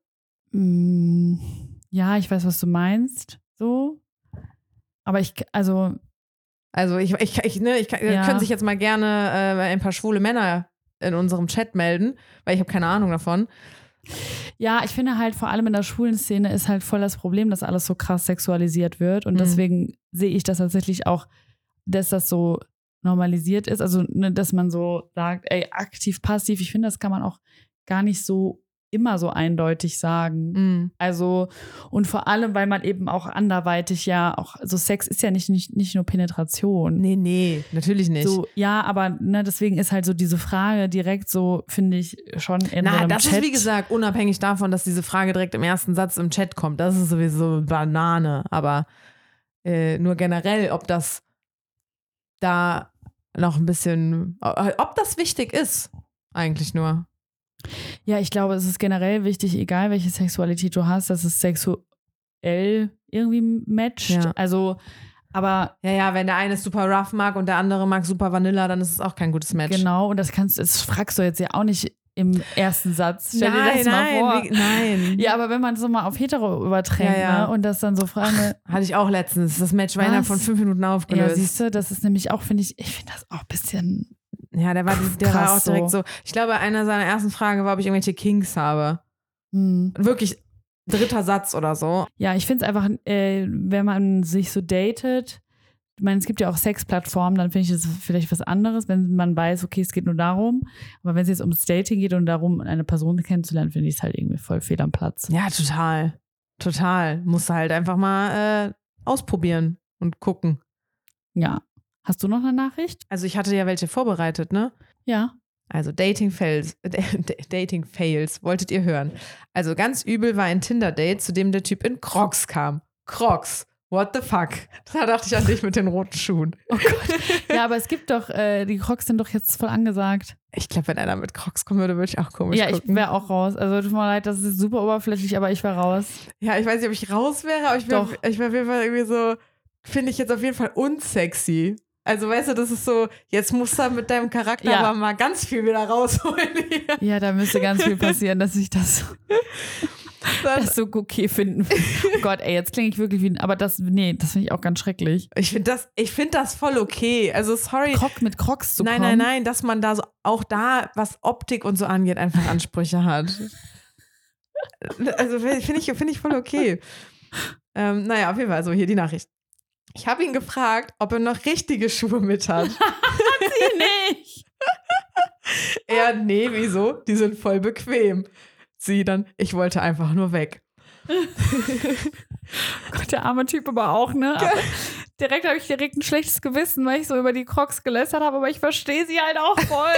Mm, ja, ich weiß, was du meinst. So. Aber ich, also, Also ich, ich, ich, ne, ich kann, Ja. können sich jetzt mal gerne äh, ein paar schwule Männer in unserem Chat melden, weil ich habe keine Ahnung davon. ja, ich finde halt vor allem in der schwulen Szene ist halt voll das Problem, dass alles so krass sexualisiert wird. Und Mhm. deswegen sehe ich das tatsächlich auch, dass das so normalisiert ist. Also, ne, dass man so sagt, ey, aktiv, passiv. Ich finde, das kann man auch gar nicht so immer so eindeutig sagen. Mhm. Also, und vor allem, weil man eben auch anderweitig ja auch, also Sex ist ja nicht, nicht, nicht nur Penetration. Nee, nee, natürlich nicht. So, ja, aber ne, deswegen ist halt so diese Frage direkt so, finde ich, schon in so Na, einem das Chat. ist wie gesagt unabhängig davon, dass diese Frage direkt im ersten Satz im Chat kommt. Das ist sowieso Banane. Aber äh, nur generell, ob das da noch ein bisschen, ob das wichtig ist, eigentlich nur. Ja, ich glaube, es ist generell wichtig, egal welche Sexualität du hast, dass es sexuell irgendwie matcht. Ja. Also, aber Ja, ja, wenn der eine es super rough mag und der andere mag super Vanilla, dann ist es auch kein gutes Match. genau, und das kannst das fragst du jetzt ja auch nicht im ersten Satz. Stell dir Nein, das mal nein, vor. wie, nein. Ja, aber wenn man es so mal auf hetero überträgt, Ja, ja. ne, und das dann so fragen, Hatte ich auch letztens. Das Match war Was? innerhalb von fünf Minuten ja, aufgelöst. siehst du, das ist nämlich auch, finde ich, ich finde das auch ein bisschen, Ja, der war, der war Krass auch direkt so. so. Ich glaube, einer seiner ersten Fragen war, ob ich irgendwelche Kinks habe. hm. Wirklich dritter Satz oder so. Ja, ich finde es einfach, äh, wenn man sich so datet, ich meine, es gibt ja auch Sexplattformen, dann finde ich das vielleicht was anderes, wenn man weiß, okay, es geht nur darum. Aber wenn es jetzt ums Dating geht und darum, eine Person kennenzulernen, finde ich es halt irgendwie voll fehl am Platz. Ja, total. Total. Musst du halt einfach mal äh, ausprobieren und gucken. Ja. Hast du noch eine Nachricht? Also ich hatte ja welche vorbereitet, ne? Ja. Also Dating Fails, äh, Dating Fails, wolltet ihr hören. Also ganz übel war ein Tinder-Date, zu dem der Typ in Crocs kam. Crocs. What the fuck? Da dachte ich an dich mit den roten Schuhen. Oh Gott. Ja, aber es gibt doch, äh, die Crocs sind doch jetzt voll angesagt. Ich glaube, wenn einer mit Crocs kommen würde, würde ich auch komisch Ja, ich gucken. wäre auch raus. Also tut mir leid, das ist super oberflächlich, aber ich wäre raus. Ja, ich weiß nicht, ob ich raus wäre, aber ich wäre Doch. ich wär auf jeden Fall irgendwie so, finde ich jetzt auf jeden Fall unsexy. Also weißt du, das ist so, jetzt musst du mit deinem Charakter Ja. aber mal ganz viel wieder rausholen hier. Ja, da müsste ganz viel passieren, dass ich das, Das, das so okay finden. Oh Gott, ey, jetzt klinge ich wirklich wie ein, aber das, nee, das finde ich auch ganz schrecklich. ich finde das, ich find das voll okay. Also sorry. Krog mit Crocs zu Nein, kommen. nein, nein, dass man da so, auch da, was Optik und so angeht, einfach Ansprüche hat. Also finde ich, find ich voll okay. Ähm, naja, auf jeden Fall, so hier die Nachricht. Ich habe ihn gefragt, ob er noch richtige Schuhe mit hat. Sie nicht. Er, nee, wieso? Die sind voll bequem. Sie dann, ich wollte einfach nur weg. Gott, der arme Typ aber auch, ne? Aber direkt habe ich direkt ein schlechtes Gewissen, weil ich so über die Crocs gelästert habe, aber ich verstehe sie halt auch voll.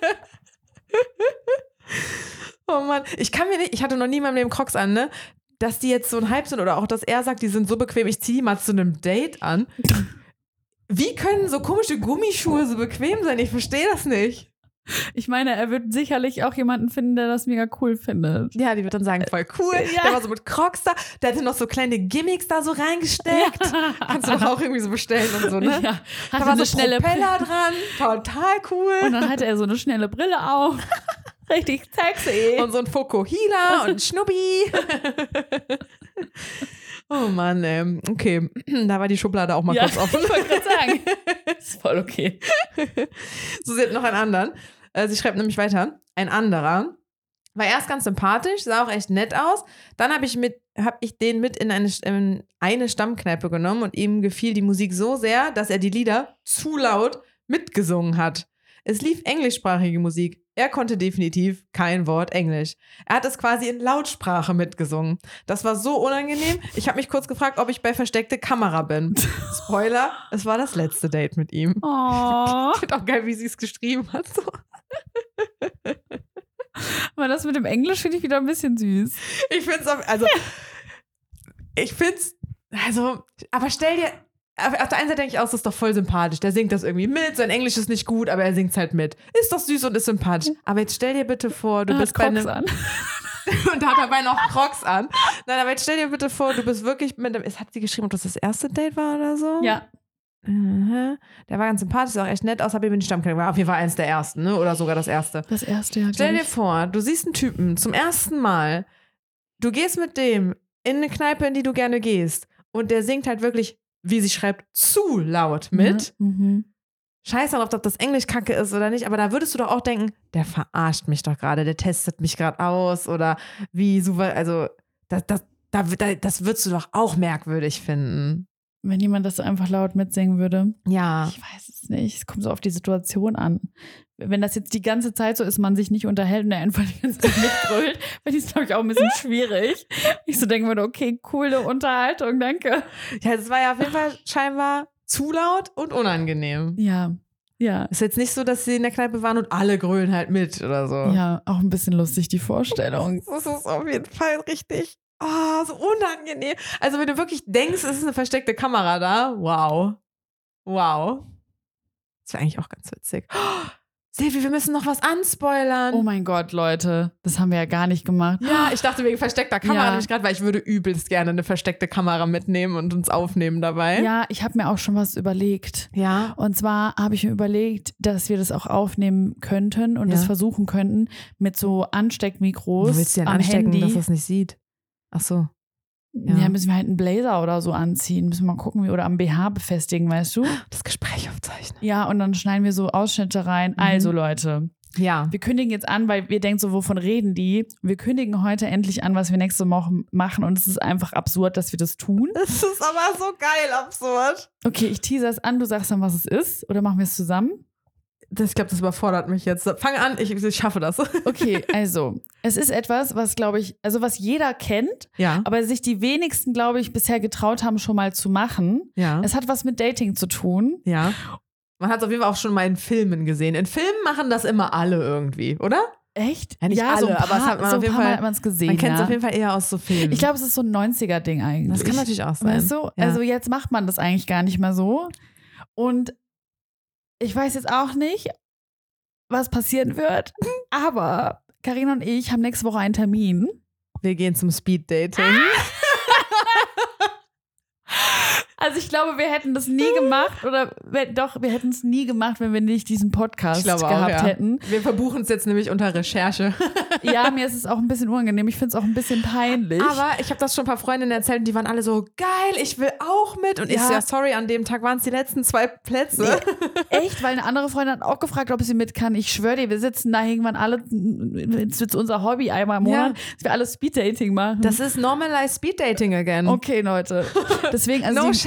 Oh Mann, ich kann mir nicht, ich hatte noch nie in meinem Leben Crocs an, ne? Dass die jetzt so ein Hype sind oder auch, dass er sagt, die sind so bequem, ich ziehe die mal zu einem Date an. Wie können so komische Gummischuhe so bequem sein? Ich verstehe das nicht. Ich meine, er wird sicherlich auch jemanden finden, der das mega cool findet. Ja, die wird dann sagen, voll cool. Ja. Der war so mit Crocs da, der hatte noch so kleine Gimmicks da so reingesteckt. Ja. Kannst du doch auch irgendwie so bestellen und so, ne? Ja. Da Hatte war eine so schnelle Propeller dran, total cool. Und dann hatte er so eine schnelle Brille auf. Richtig sexy. Und so ein Fokuhila und ein Schnubbi. Oh Mann, ey. Okay, da war die Schublade auch mal ja, kurz offen. Ich wollte gerade sagen, ist voll okay. So, sie hat noch einen anderen. Sie schreibt nämlich weiter. Ein anderer war erst ganz sympathisch, sah auch echt nett aus. Dann habe ich, mit, hab ich den mit in eine, in eine Stammkneipe genommen und ihm gefiel die Musik so sehr, dass er die Lieder zu laut mitgesungen hat. Es lief englischsprachige Musik. Er konnte definitiv kein Wort Englisch. Er hat es quasi in Lautsprache mitgesungen. Das war so unangenehm. Ich habe mich kurz gefragt, ob ich bei versteckte Kamera bin. Spoiler, es war das letzte Date mit ihm. Oh. Ich finde auch geil, wie sie es geschrieben hat. So. Aber das mit dem Englisch finde ich wieder ein bisschen süß. Ich finde es, also, ich finde es, also, aber stell dir, auf der einen Seite denke ich auch, das ist doch voll sympathisch. Der singt das irgendwie mit, sein Englisch ist nicht gut, aber er singt es halt mit. Ist doch süß und ist sympathisch. Aber jetzt stell dir bitte vor, du er bist hat bei Crocs einem... an. Und hat dabei noch Crocs an. Nein, aber jetzt stell dir bitte vor, du bist wirklich mit einem... Hat sie geschrieben, ob das das erste Date war oder so? Ja. Mhm. Der war ganz sympathisch, sah auch echt nett aus, habe ihm in die Stammkneipe. War auf jeden Fall eins der ersten, ne? Oder sogar das erste. Das erste, ja. Stell dir vor, du siehst einen Typen zum ersten Mal, du gehst mit dem in eine Kneipe, in die du gerne gehst und der singt halt wirklich, wie sie schreibt, zu laut mit. Mhm. Mhm. Scheiß drauf, ob das Englisch kacke ist oder nicht, aber da würdest du doch auch denken, der verarscht mich doch gerade, der testet mich gerade aus oder wie super, also das, das, das, das würdest du doch auch merkwürdig finden. Wenn jemand das einfach laut mitsingen würde. Ja. Ich weiß es nicht. Es kommt so auf die Situation an. Wenn das jetzt die ganze Zeit so ist, man sich nicht unterhält und er einfach die ganze Zeit mitbrüllt, wäre das, glaube ich, auch ein bisschen schwierig. Ich so denken würde, okay, coole Unterhaltung, danke. Ja, das war ja auf jeden Fall scheinbar zu laut und unangenehm. Ja, ja. Ist jetzt nicht so, dass sie in der Kneipe waren und alle grölen halt mit oder so. Ja, auch ein bisschen lustig, die Vorstellung. Das ist auf jeden Fall richtig, oh, so unangenehm. Also wenn du wirklich denkst, es ist eine versteckte Kamera da, wow. Wow. Das wäre eigentlich auch ganz witzig. Oh, Silvi, wir müssen noch was anspoilern. Oh mein Gott, Leute, das haben wir ja gar nicht gemacht. Ja, ich dachte wegen versteckter Kamera Ja. nämlich gerade, weil ich würde übelst gerne eine versteckte Kamera mitnehmen und uns aufnehmen dabei. Ja, ich habe mir auch schon was überlegt. Ja. Und zwar habe ich mir überlegt, dass wir das auch aufnehmen könnten und Ja. das versuchen könnten mit so Ansteckmikros Wo willst du denn am anstecken, Handy. dass es nicht sieht? Ach so. Ja. Ja. müssen wir halt einen Blazer oder so anziehen. Müssen wir mal gucken, wie oder am B H befestigen, weißt du? Das Gespräch aufzeichnen. Ja, und dann schneiden wir so Ausschnitte rein. Also, Leute, Ja. wir kündigen jetzt an, weil wir denken so, wovon reden die? Wir kündigen heute endlich an, was wir nächste Woche machen. Und es ist einfach absurd, dass wir das tun. Das ist aber so geil absurd. Okay, ich teaser es an, du sagst dann, was es ist. Oder machen wir es zusammen? Das, ich glaube, das überfordert mich jetzt. Fang an, ich, ich schaffe das. Okay, also, es ist etwas, was, glaube ich, also was jeder kennt, Ja. aber sich die wenigsten, glaube ich, bisher getraut haben, schon mal zu machen. Ja. Es hat was mit Dating zu tun. Ja. Man hat es auf jeden Fall auch schon mal in Filmen gesehen. In Filmen machen das immer alle irgendwie, oder? Echt? Ja, nicht so alle, ein paar, aber es hat man so auf ein jeden paar Mal Fall- hat man es gesehen. Man kennt es ja. auf jeden Fall eher aus so Filmen. Ich glaube, es ist so ein neunziger-Ding eigentlich. das kann natürlich auch sein. Weißt du? Ja. Also jetzt macht man das eigentlich gar nicht mehr so. Und ich weiß jetzt auch nicht, was passieren wird. Aber Carina und ich haben nächste Woche einen Termin. Wir gehen zum Speed-Dating. Also ich glaube, wir hätten das nie gemacht oder wir, doch, wir hätten es nie gemacht, wenn wir nicht diesen Podcast Ich glaube auch, gehabt ja. hätten. Wir verbuchen es jetzt nämlich unter Recherche. Ja, mir ist es auch ein bisschen unangenehm. Ich finde es auch ein bisschen peinlich. Aber ich habe das schon ein paar Freundinnen erzählt und die waren alle so, geil, ich will auch mit. Und ich Ja. so, ja, sorry, an dem Tag waren es die letzten zwei Plätze. Echt, weil eine andere Freundin hat auch gefragt, ob sie mit kann. Ich schwöre dir, wir sitzen da irgendwann alle, es wird unser Hobby einmal im Monat, dass wir alle Speeddating machen. Das ist normalized Speed-Dating again. okay, Leute. Deswegen, also No die, shame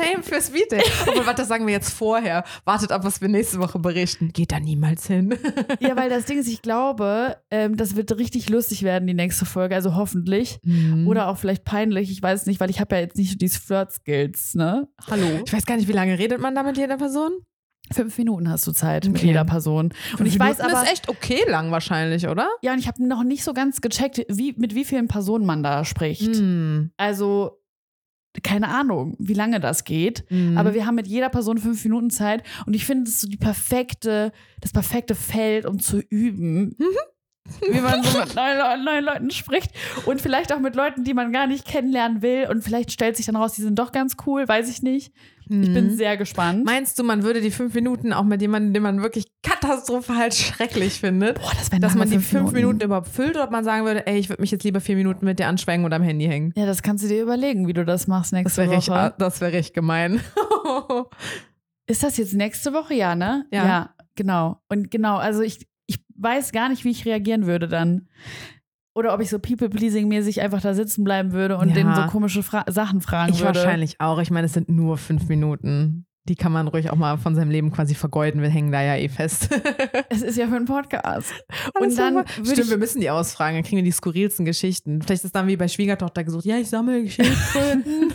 Shame für Speeddate. Obwohl, was, das sagen wir jetzt vorher. Wartet ab, was wir nächste Woche berichten. Geht da niemals hin. Ja, weil das Ding ist, ich glaube, ähm, das wird richtig lustig werden, die nächste Folge, also hoffentlich. Mhm. Oder auch vielleicht peinlich, ich weiß es nicht, weil ich habe ja jetzt nicht so diese Flirt-Skills, ne? Hallo. Ich weiß gar nicht, wie lange redet man da mit jeder Person? Fünf Minuten hast du Zeit Okay. mit jeder Person. Und Fünf ich weiß Minuten aber, ist echt okay lang wahrscheinlich, oder? ja, und ich habe noch nicht so ganz gecheckt, wie, mit wie vielen Personen man da spricht. Mhm. Also, keine Ahnung, wie lange das geht. Mhm. Aber wir haben mit jeder Person fünf Minuten Zeit. Und ich finde, das ist so die perfekte, das perfekte Feld, um zu üben. Wie man so mit neuen, Le neuen Leuten spricht. Und vielleicht auch mit Leuten, die man gar nicht kennenlernen will. Und vielleicht stellt sich dann raus, die sind doch ganz cool, weiß ich nicht. Ich bin Mhm. sehr gespannt. Meinst du, man würde die fünf Minuten auch mit jemandem, den man wirklich katastrophal schrecklich findet, Boah, das wären dass lange man die fünf fünf Minuten. Minuten überhaupt füllt, oder ob man sagen würde, ey, ich würde mich jetzt lieber vier Minuten mit dir anschweigen und am Handy hängen? Ja, das kannst du dir überlegen, wie du das machst Das nächste wäre Woche. richtig, das wär richtig gemein. Ist das jetzt nächste Woche? Ja, ne? Ja. Ja, genau. Und genau, also ich, ich weiß gar nicht, wie ich reagieren würde dann. Oder ob ich so people-pleasing-mäßig einfach da sitzen bleiben würde und Ja. denen so komische Fra Sachen fragen Ich würde. wahrscheinlich auch. Ich meine, es sind nur fünf Minuten. Die kann man ruhig auch mal von seinem Leben quasi vergeuden. Wir hängen da ja eh fest. Es ist ja für einen Podcast. Alles Und dann super. würde Stimmt, ich, wir müssen die ausfragen. Dann kriegen wir die skurrilsten Geschichten. Vielleicht ist es dann wie bei Schwiegertochter gesucht. Ja, ich sammle Schildkröten.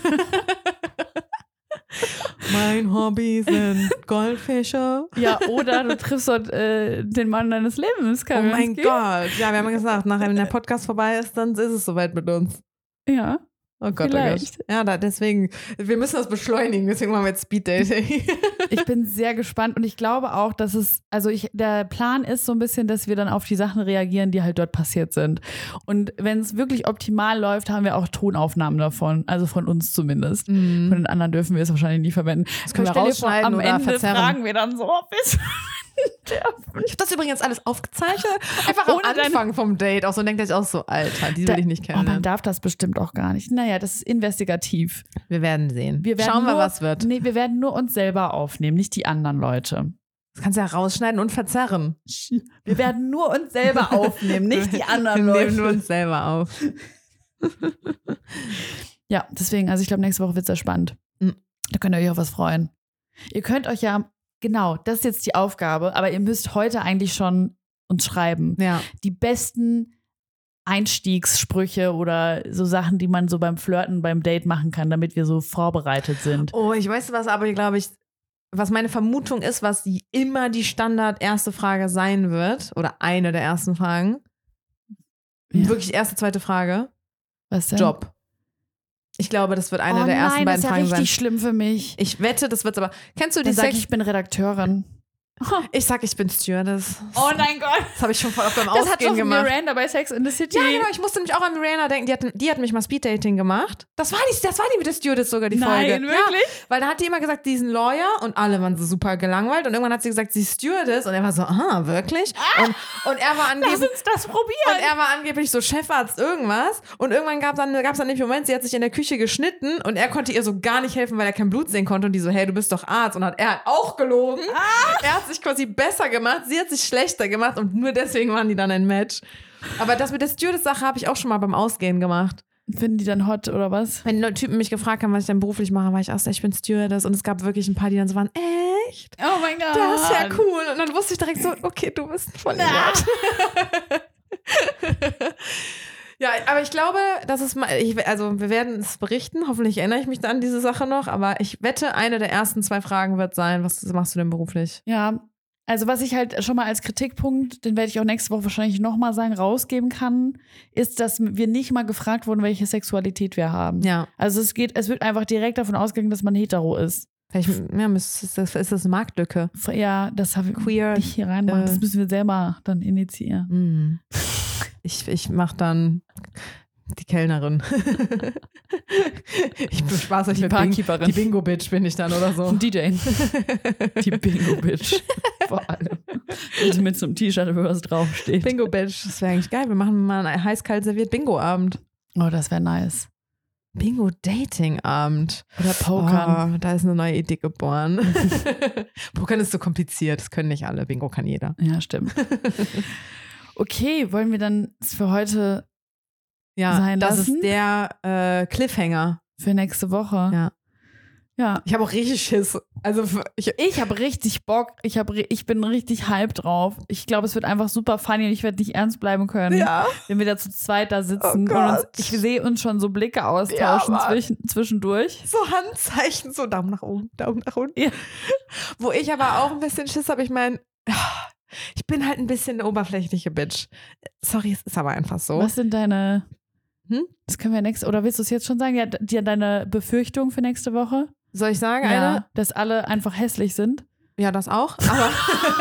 Mein Hobby sind Goldfische. ja, oder du triffst dort äh, den Mann deines Lebens. Oh Kann mein Gott. Ja, wir haben ja gesagt, nachdem wenn der Podcast vorbei ist, dann ist es soweit mit uns. Ja. Oh Gott, Vielleicht. oh Gott. Ja, da, deswegen, wir müssen das beschleunigen, deswegen machen wir jetzt Speeddating. Ich bin sehr gespannt und ich glaube auch, dass es, also ich, der Plan ist so ein bisschen, dass wir dann auf die Sachen reagieren, die halt dort passiert sind. Und wenn es wirklich optimal läuft, haben wir auch Tonaufnahmen davon, also von uns zumindest. Von den anderen dürfen wir es wahrscheinlich nie verwenden. Das können wir rausschneiden am oder Ende verzerren. fragen wir dann so, oh, bis Ich habe das übrigens alles aufgezeichnet. Einfach Ohne am Anfang vom Date. Auch so denkt euch auch so, Alter, die will ich nicht Oh, man kennenlernen. darf das bestimmt auch gar nicht. Naja, das ist investigativ. Wir werden sehen. Wir werden Schauen wir, nur, was wird. Nee, wir werden nur uns selber aufnehmen, nicht die anderen Leute. Das kannst du ja rausschneiden und verzerren. Wir werden nur uns selber aufnehmen, nicht die anderen Wir Leute. nehmen nur uns selber auf. Ja, deswegen, also ich glaube, nächste Woche wird es sehr spannend. Mhm. Da könnt ihr euch auf was freuen. Ihr könnt euch ja, genau, das ist jetzt die Aufgabe, aber ihr müsst heute eigentlich schon uns schreiben. Ja. Die besten Einstiegssprüche oder so Sachen, die man so beim Flirten, beim Date machen kann, damit wir so vorbereitet sind. Oh, ich weiß was, aber glaube ich, was meine Vermutung ist, was die immer die Standard erste Frage sein wird, oder eine der ersten Fragen. Ja. Wirklich erste, zweite Frage. Was denn? Job. Ich glaube, das wird eine oh der ersten nein, beiden das ist ja Fragen richtig sein. schlimm für mich. Ich wette, das wird's aber. Kennst du die Dann sag Sex? ich, ich bin Redakteurin. Ich sag, ich bin Stewardess. Oh nein Gott. Das habe ich schon voll auf beim Das hat Ausgehen doch gemacht. Miranda bei Sex in the City. Ja, genau. Ich musste nämlich auch an Miranda denken. Die hat, die hat mich mal Speeddating gemacht. Das war die, das war die mit der Stewardess sogar, die Nein, Folge. wirklich? Ja, weil da hat die immer gesagt, die ist ein Lawyer und alle waren so super gelangweilt. Und irgendwann hat sie gesagt, sie ist Stewardess. Und er war so, aha, wirklich? Und, und er war Lass angeblich... uns das probieren. Und er war angeblich so Chefarzt irgendwas. Und irgendwann gab es dann, gab's dann den Moment, sie hat sich in der Küche geschnitten und er konnte ihr so gar nicht helfen, weil er kein Blut sehen konnte. Und die so, hey, du bist doch Arzt. Und hat, er hat auch gelogen. Ah. Er hat sich quasi besser gemacht, sie hat sich schlechter gemacht und nur deswegen waren die dann ein Match. Aber das mit der Stewardess-Sache habe ich auch schon mal beim Ausgehen gemacht. Finden die dann hot oder was? Wenn die Typen mich gefragt haben, was ich dann beruflich mache, war ich erst, ich bin Stewardess. Und es gab wirklich ein paar, die dann so waren, echt? Oh mein Gott. Das ist ja cool. Und dann wusste ich direkt so, okay, du bist ein Vollidiot. Ja, aber ich glaube, das ist mal, ich, also wir werden es berichten. Hoffentlich erinnere ich mich dann an diese Sache noch. Aber ich wette, eine der ersten zwei Fragen wird sein, was machst du denn beruflich? Ja, also was ich halt schon mal als Kritikpunkt, den werde ich auch nächste Woche wahrscheinlich nochmal sagen, rausgeben kann, ist, dass wir nicht mal gefragt wurden, welche Sexualität wir haben. Ja. Also es geht, es wird einfach direkt davon ausgegangen, dass man hetero ist. Vielleicht, ja, ist das, ist das eine Marktlücke? Ja, das habe ich Queer, nicht hier reinmachen. äh, Das müssen wir selber dann initiieren. Mm. Ich, ich mach dann die Kellnerin. Ich bespaß euch Die mit Bing, Barkeeperin. die Bingo-Bitch bin ich dann oder so. D J. Die Bingo-Bitch. Vor allem. Also mit so einem T-Shirt, wo was draufsteht. Bingo-Bitch, das wäre eigentlich geil. Wir machen mal einen heiß-kalt serviert Bingo-Abend. Oh, das wäre nice. Bingo-Dating-Abend. Oder Pokern. Oh, da ist eine neue Idee geboren. Pokern ist so kompliziert, das können nicht alle. Bingo kann jeder. Ja, stimmt. Okay, wollen wir dann für heute Ja, sein das lassen? ist der äh, Cliffhanger. Für nächste Woche. Ja. Ja. Ich habe auch richtig Schiss. Also ich, Ich habe richtig Bock. Ich, hab, ich bin richtig hyped drauf. Ich glaube, es wird einfach super funny und ich werde nicht ernst bleiben können, ja. wenn wir da zu zweit da sitzen. Oh und Gott. uns, ich sehe uns schon so Blicke austauschen Ja, zwischen, zwischendurch. So Handzeichen, so Daumen nach oben, Daumen nach unten. Ja. Wo ich aber auch ein bisschen Schiss habe, ich meine, ich bin halt ein bisschen eine oberflächliche Bitch. Sorry, es ist aber einfach so. Was sind deine, Hm? das können wir nächste, oder willst du es jetzt schon sagen? Ja, die, deine Befürchtung für nächste Woche? Soll ich sagen, Ja, eine? dass alle einfach hässlich sind. Ja, das auch. Aber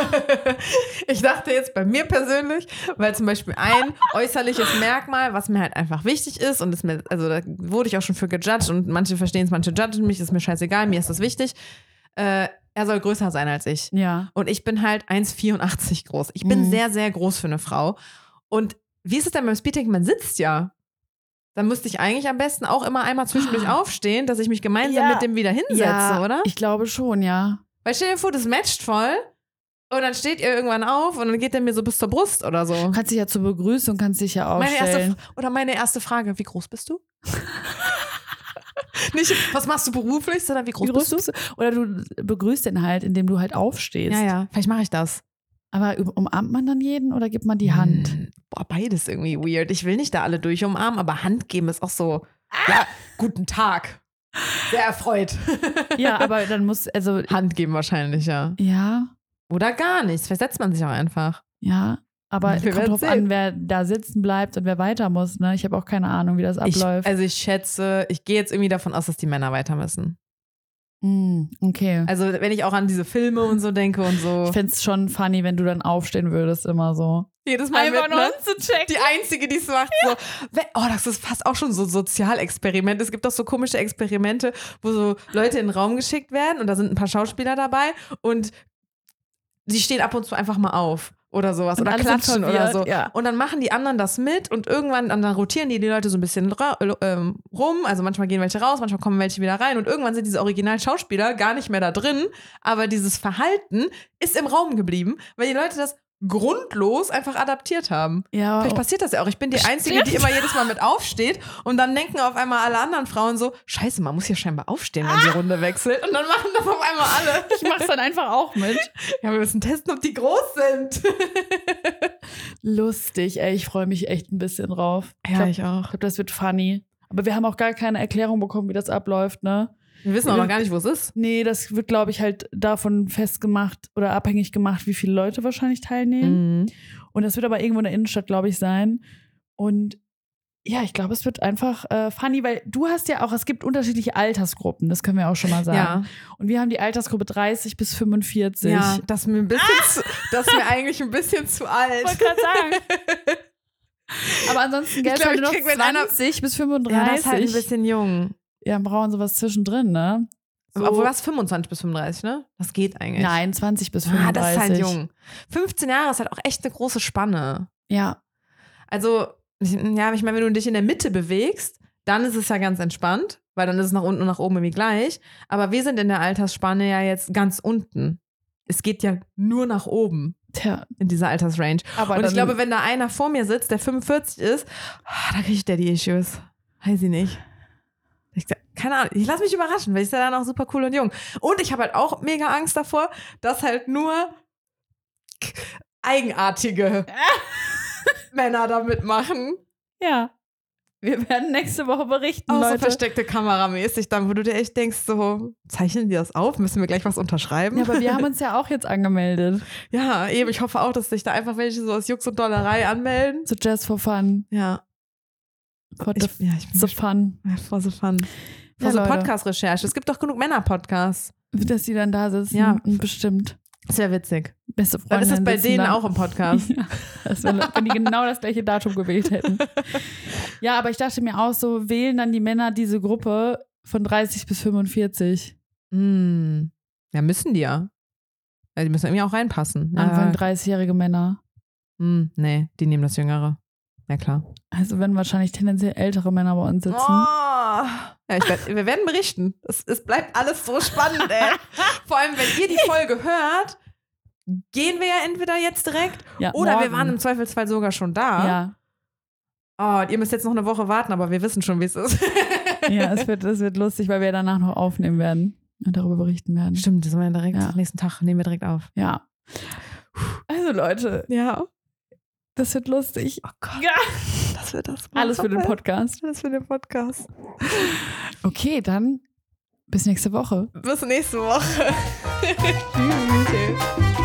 ich dachte jetzt bei mir persönlich, weil zum Beispiel ein äußerliches Merkmal, was mir halt einfach wichtig ist und ist mir, also da wurde ich auch schon für gejudged und manche verstehen es, manche judgen mich, ist mir scheißegal, mir ist das wichtig. Äh, er soll größer sein als ich. Ja. Und ich bin halt eins Komma vierundachtzig groß. Ich bin Mhm. sehr, sehr groß für eine Frau. Und wie ist es denn beim Speeddating? Man sitzt ja. Dann müsste ich eigentlich am besten auch immer einmal zwischendurch aufstehen, dass ich mich gemeinsam Ja. mit dem wieder hinsetze, ja, oder? Ich glaube schon, ja. Weil stell dir vor, das matcht voll und dann steht ihr irgendwann auf und dann geht der mir so bis zur Brust oder so. Du kannst dich ja zur Begrüßung, kannst dich ja Meine erste, aufstellen. oder meine erste Frage, wie groß bist du? Nicht, was machst du beruflich, sondern wie groß, Wie groß bist du? bist du? Oder du begrüßt den halt, indem du halt aufstehst. Ja, ja, vielleicht mache ich das. Aber über- umarmt man dann jeden oder gibt man die Hand? Hm, boah, beides irgendwie weird. Ich will nicht da alle durch umarmen, aber Hand geben ist auch so, ja, guten Tag. Sehr erfreut. Ja, aber dann muss, also, Hand geben wahrscheinlich, ja. ja, Oder gar nichts. Versetzt man sich auch einfach. ja. Aber Wir kommt werden drauf sehen. an, wer da sitzen bleibt und wer weiter muss. Ne? Ich habe auch keine Ahnung, wie das Ich, abläuft. also ich schätze, ich gehe jetzt irgendwie davon aus, dass die Männer weiter müssen. Mm, okay. Also wenn ich auch an diese Filme und so denke und so. Ich fände es schon funny, wenn du dann aufstehen würdest, immer so. Jedes Mal mit, ne? zu checken. Die Einzige, die es macht. So. Oh, das ist fast auch schon so ein Sozialexperiment. Es gibt doch so komische Experimente, wo so Leute in den Raum geschickt werden und da sind ein paar Schauspieler dabei und die stehen ab und zu einfach mal auf oder sowas Und oder alle sind klatschen oder verwirrt, so. ja. Und dann machen die anderen das mit und irgendwann und dann rotieren die die Leute so ein bisschen ra- ähm, rum. Also manchmal gehen welche raus, manchmal kommen welche wieder rein und irgendwann sind diese Original-Schauspieler gar nicht mehr da drin, aber dieses Verhalten ist im Raum geblieben, weil die Leute das grundlos einfach adaptiert haben. Ja, Vielleicht passiert das ja auch. Ich bin die Einzige, die immer jedes Mal mit aufsteht und dann denken auf einmal alle anderen Frauen so, scheiße, man muss hier scheinbar aufstehen, wenn die Runde wechselt. Und dann machen das auf einmal alle. ich mach's dann einfach auch mit. Ja, wir müssen testen, ob die groß sind. Lustig, ey, ich freue mich echt ein bisschen drauf. Ja, glaub, ich auch. Ich glaube, das wird funny. Aber wir haben auch gar keine Erklärung bekommen, wie das abläuft, ne? Wir wissen auch noch gar nicht, wo es ist. Nee, das wird, glaube ich, halt davon festgemacht oder abhängig gemacht, wie viele Leute wahrscheinlich teilnehmen. Mhm. Und das wird aber irgendwo in der Innenstadt, glaube ich, sein. Und ja, ich glaube, es wird einfach äh, funny, weil du hast ja auch, es gibt unterschiedliche Altersgruppen, das können wir auch schon mal sagen. Ja. Und wir haben die Altersgruppe dreißig bis fünfundvierzig. Ja, das ist mir ein bisschen zu, das ist mir eigentlich ein bisschen zu alt. Ich wollte gerade sagen. Aber ansonsten gäbe es glaub, halt ich nur krieg noch mit einer- zwanzig bis Ja, fünfunddreißig. das ist halt ein bisschen jung. Ja, brauchen sowas zwischendrin, ne? So. Obwohl, was fünfundzwanzig bis fünfunddreißig, ne? Das geht eigentlich. Nein, zwanzig bis Ah, fünfunddreißig. das ist halt jung. fünfzehn Jahre ist halt auch echt eine große Spanne. Ja, Also, ich- ja, ich meine, wenn du dich in der Mitte bewegst, dann ist es ja ganz entspannt, weil dann ist es nach unten und nach oben irgendwie gleich. Aber wir sind in der Altersspanne ja jetzt ganz unten. Es geht ja nur nach oben tja. in dieser Altersrange. Aber Und ich dann- glaube, wenn da einer vor mir sitzt, der fünfundvierzig ist, ah, da kriege ich Daddy-Issues. Weiß ich nicht. Ich, keine Ahnung, ich lasse mich überraschen, weil ich ja dann auch super cool und jung. Und ich habe halt auch mega Angst davor, dass halt nur eigenartige Männer da mitmachen. Ja. Wir werden nächste Woche berichten, Auch so Leute. versteckte Kameramäßig dann, wo du dir echt denkst, so, zeichnen die das auf? Müssen wir gleich was unterschreiben? Ja, aber wir haben uns ja auch jetzt angemeldet. Ja, eben, ich hoffe auch, dass sich da einfach welche so aus Jux und Dollerei anmelden. So just for fun. Ja. For Ich, the, ja, ich bin the gespannt. fun. Ja, for the fun. For Ja, the Leute. Podcast-Recherche. Es gibt doch genug Männer-Podcasts. Dass die dann da sitzen. Ja. Bestimmt. Das wäre witzig. Beste Dann Freunde. ist das bei denen auch im Podcast. Ja, das wär, wenn die genau das gleiche Datum gewählt hätten. Ja, aber ich dachte mir auch so, wählen dann die Männer diese Gruppe von dreißig bis fünfundvierzig. Hm. Ja, müssen die ja. ja. Die müssen irgendwie auch reinpassen. Anfang Ja. dreißigjährige Männer. Hm, nee, die nehmen das Jüngere. Ja, klar. Also werden wahrscheinlich tendenziell ältere Männer bei uns sitzen. Oh. Ja, ich werd, wir werden berichten. Es, es bleibt alles so spannend, ey. Vor allem, wenn ihr die Folge hört, gehen wir ja entweder jetzt direkt Ja, oder wir morgen. waren im Zweifelsfall sogar schon da. Ja, Oh, und ihr müsst jetzt noch eine Woche warten, aber wir wissen schon, wie es ist. ja es, wird, es wird lustig, weil wir danach noch aufnehmen werden. und darüber berichten werden. Stimmt, das machen wir direkt Ja. nächsten Tag, nehmen wir direkt auf. Ja. Also Leute, Ja. das wird lustig. Oh Gott. Ja. Das wird das. Alles für den Podcast. Alles für den Podcast. Okay, dann bis nächste Woche. Bis nächste Woche. Tschüss.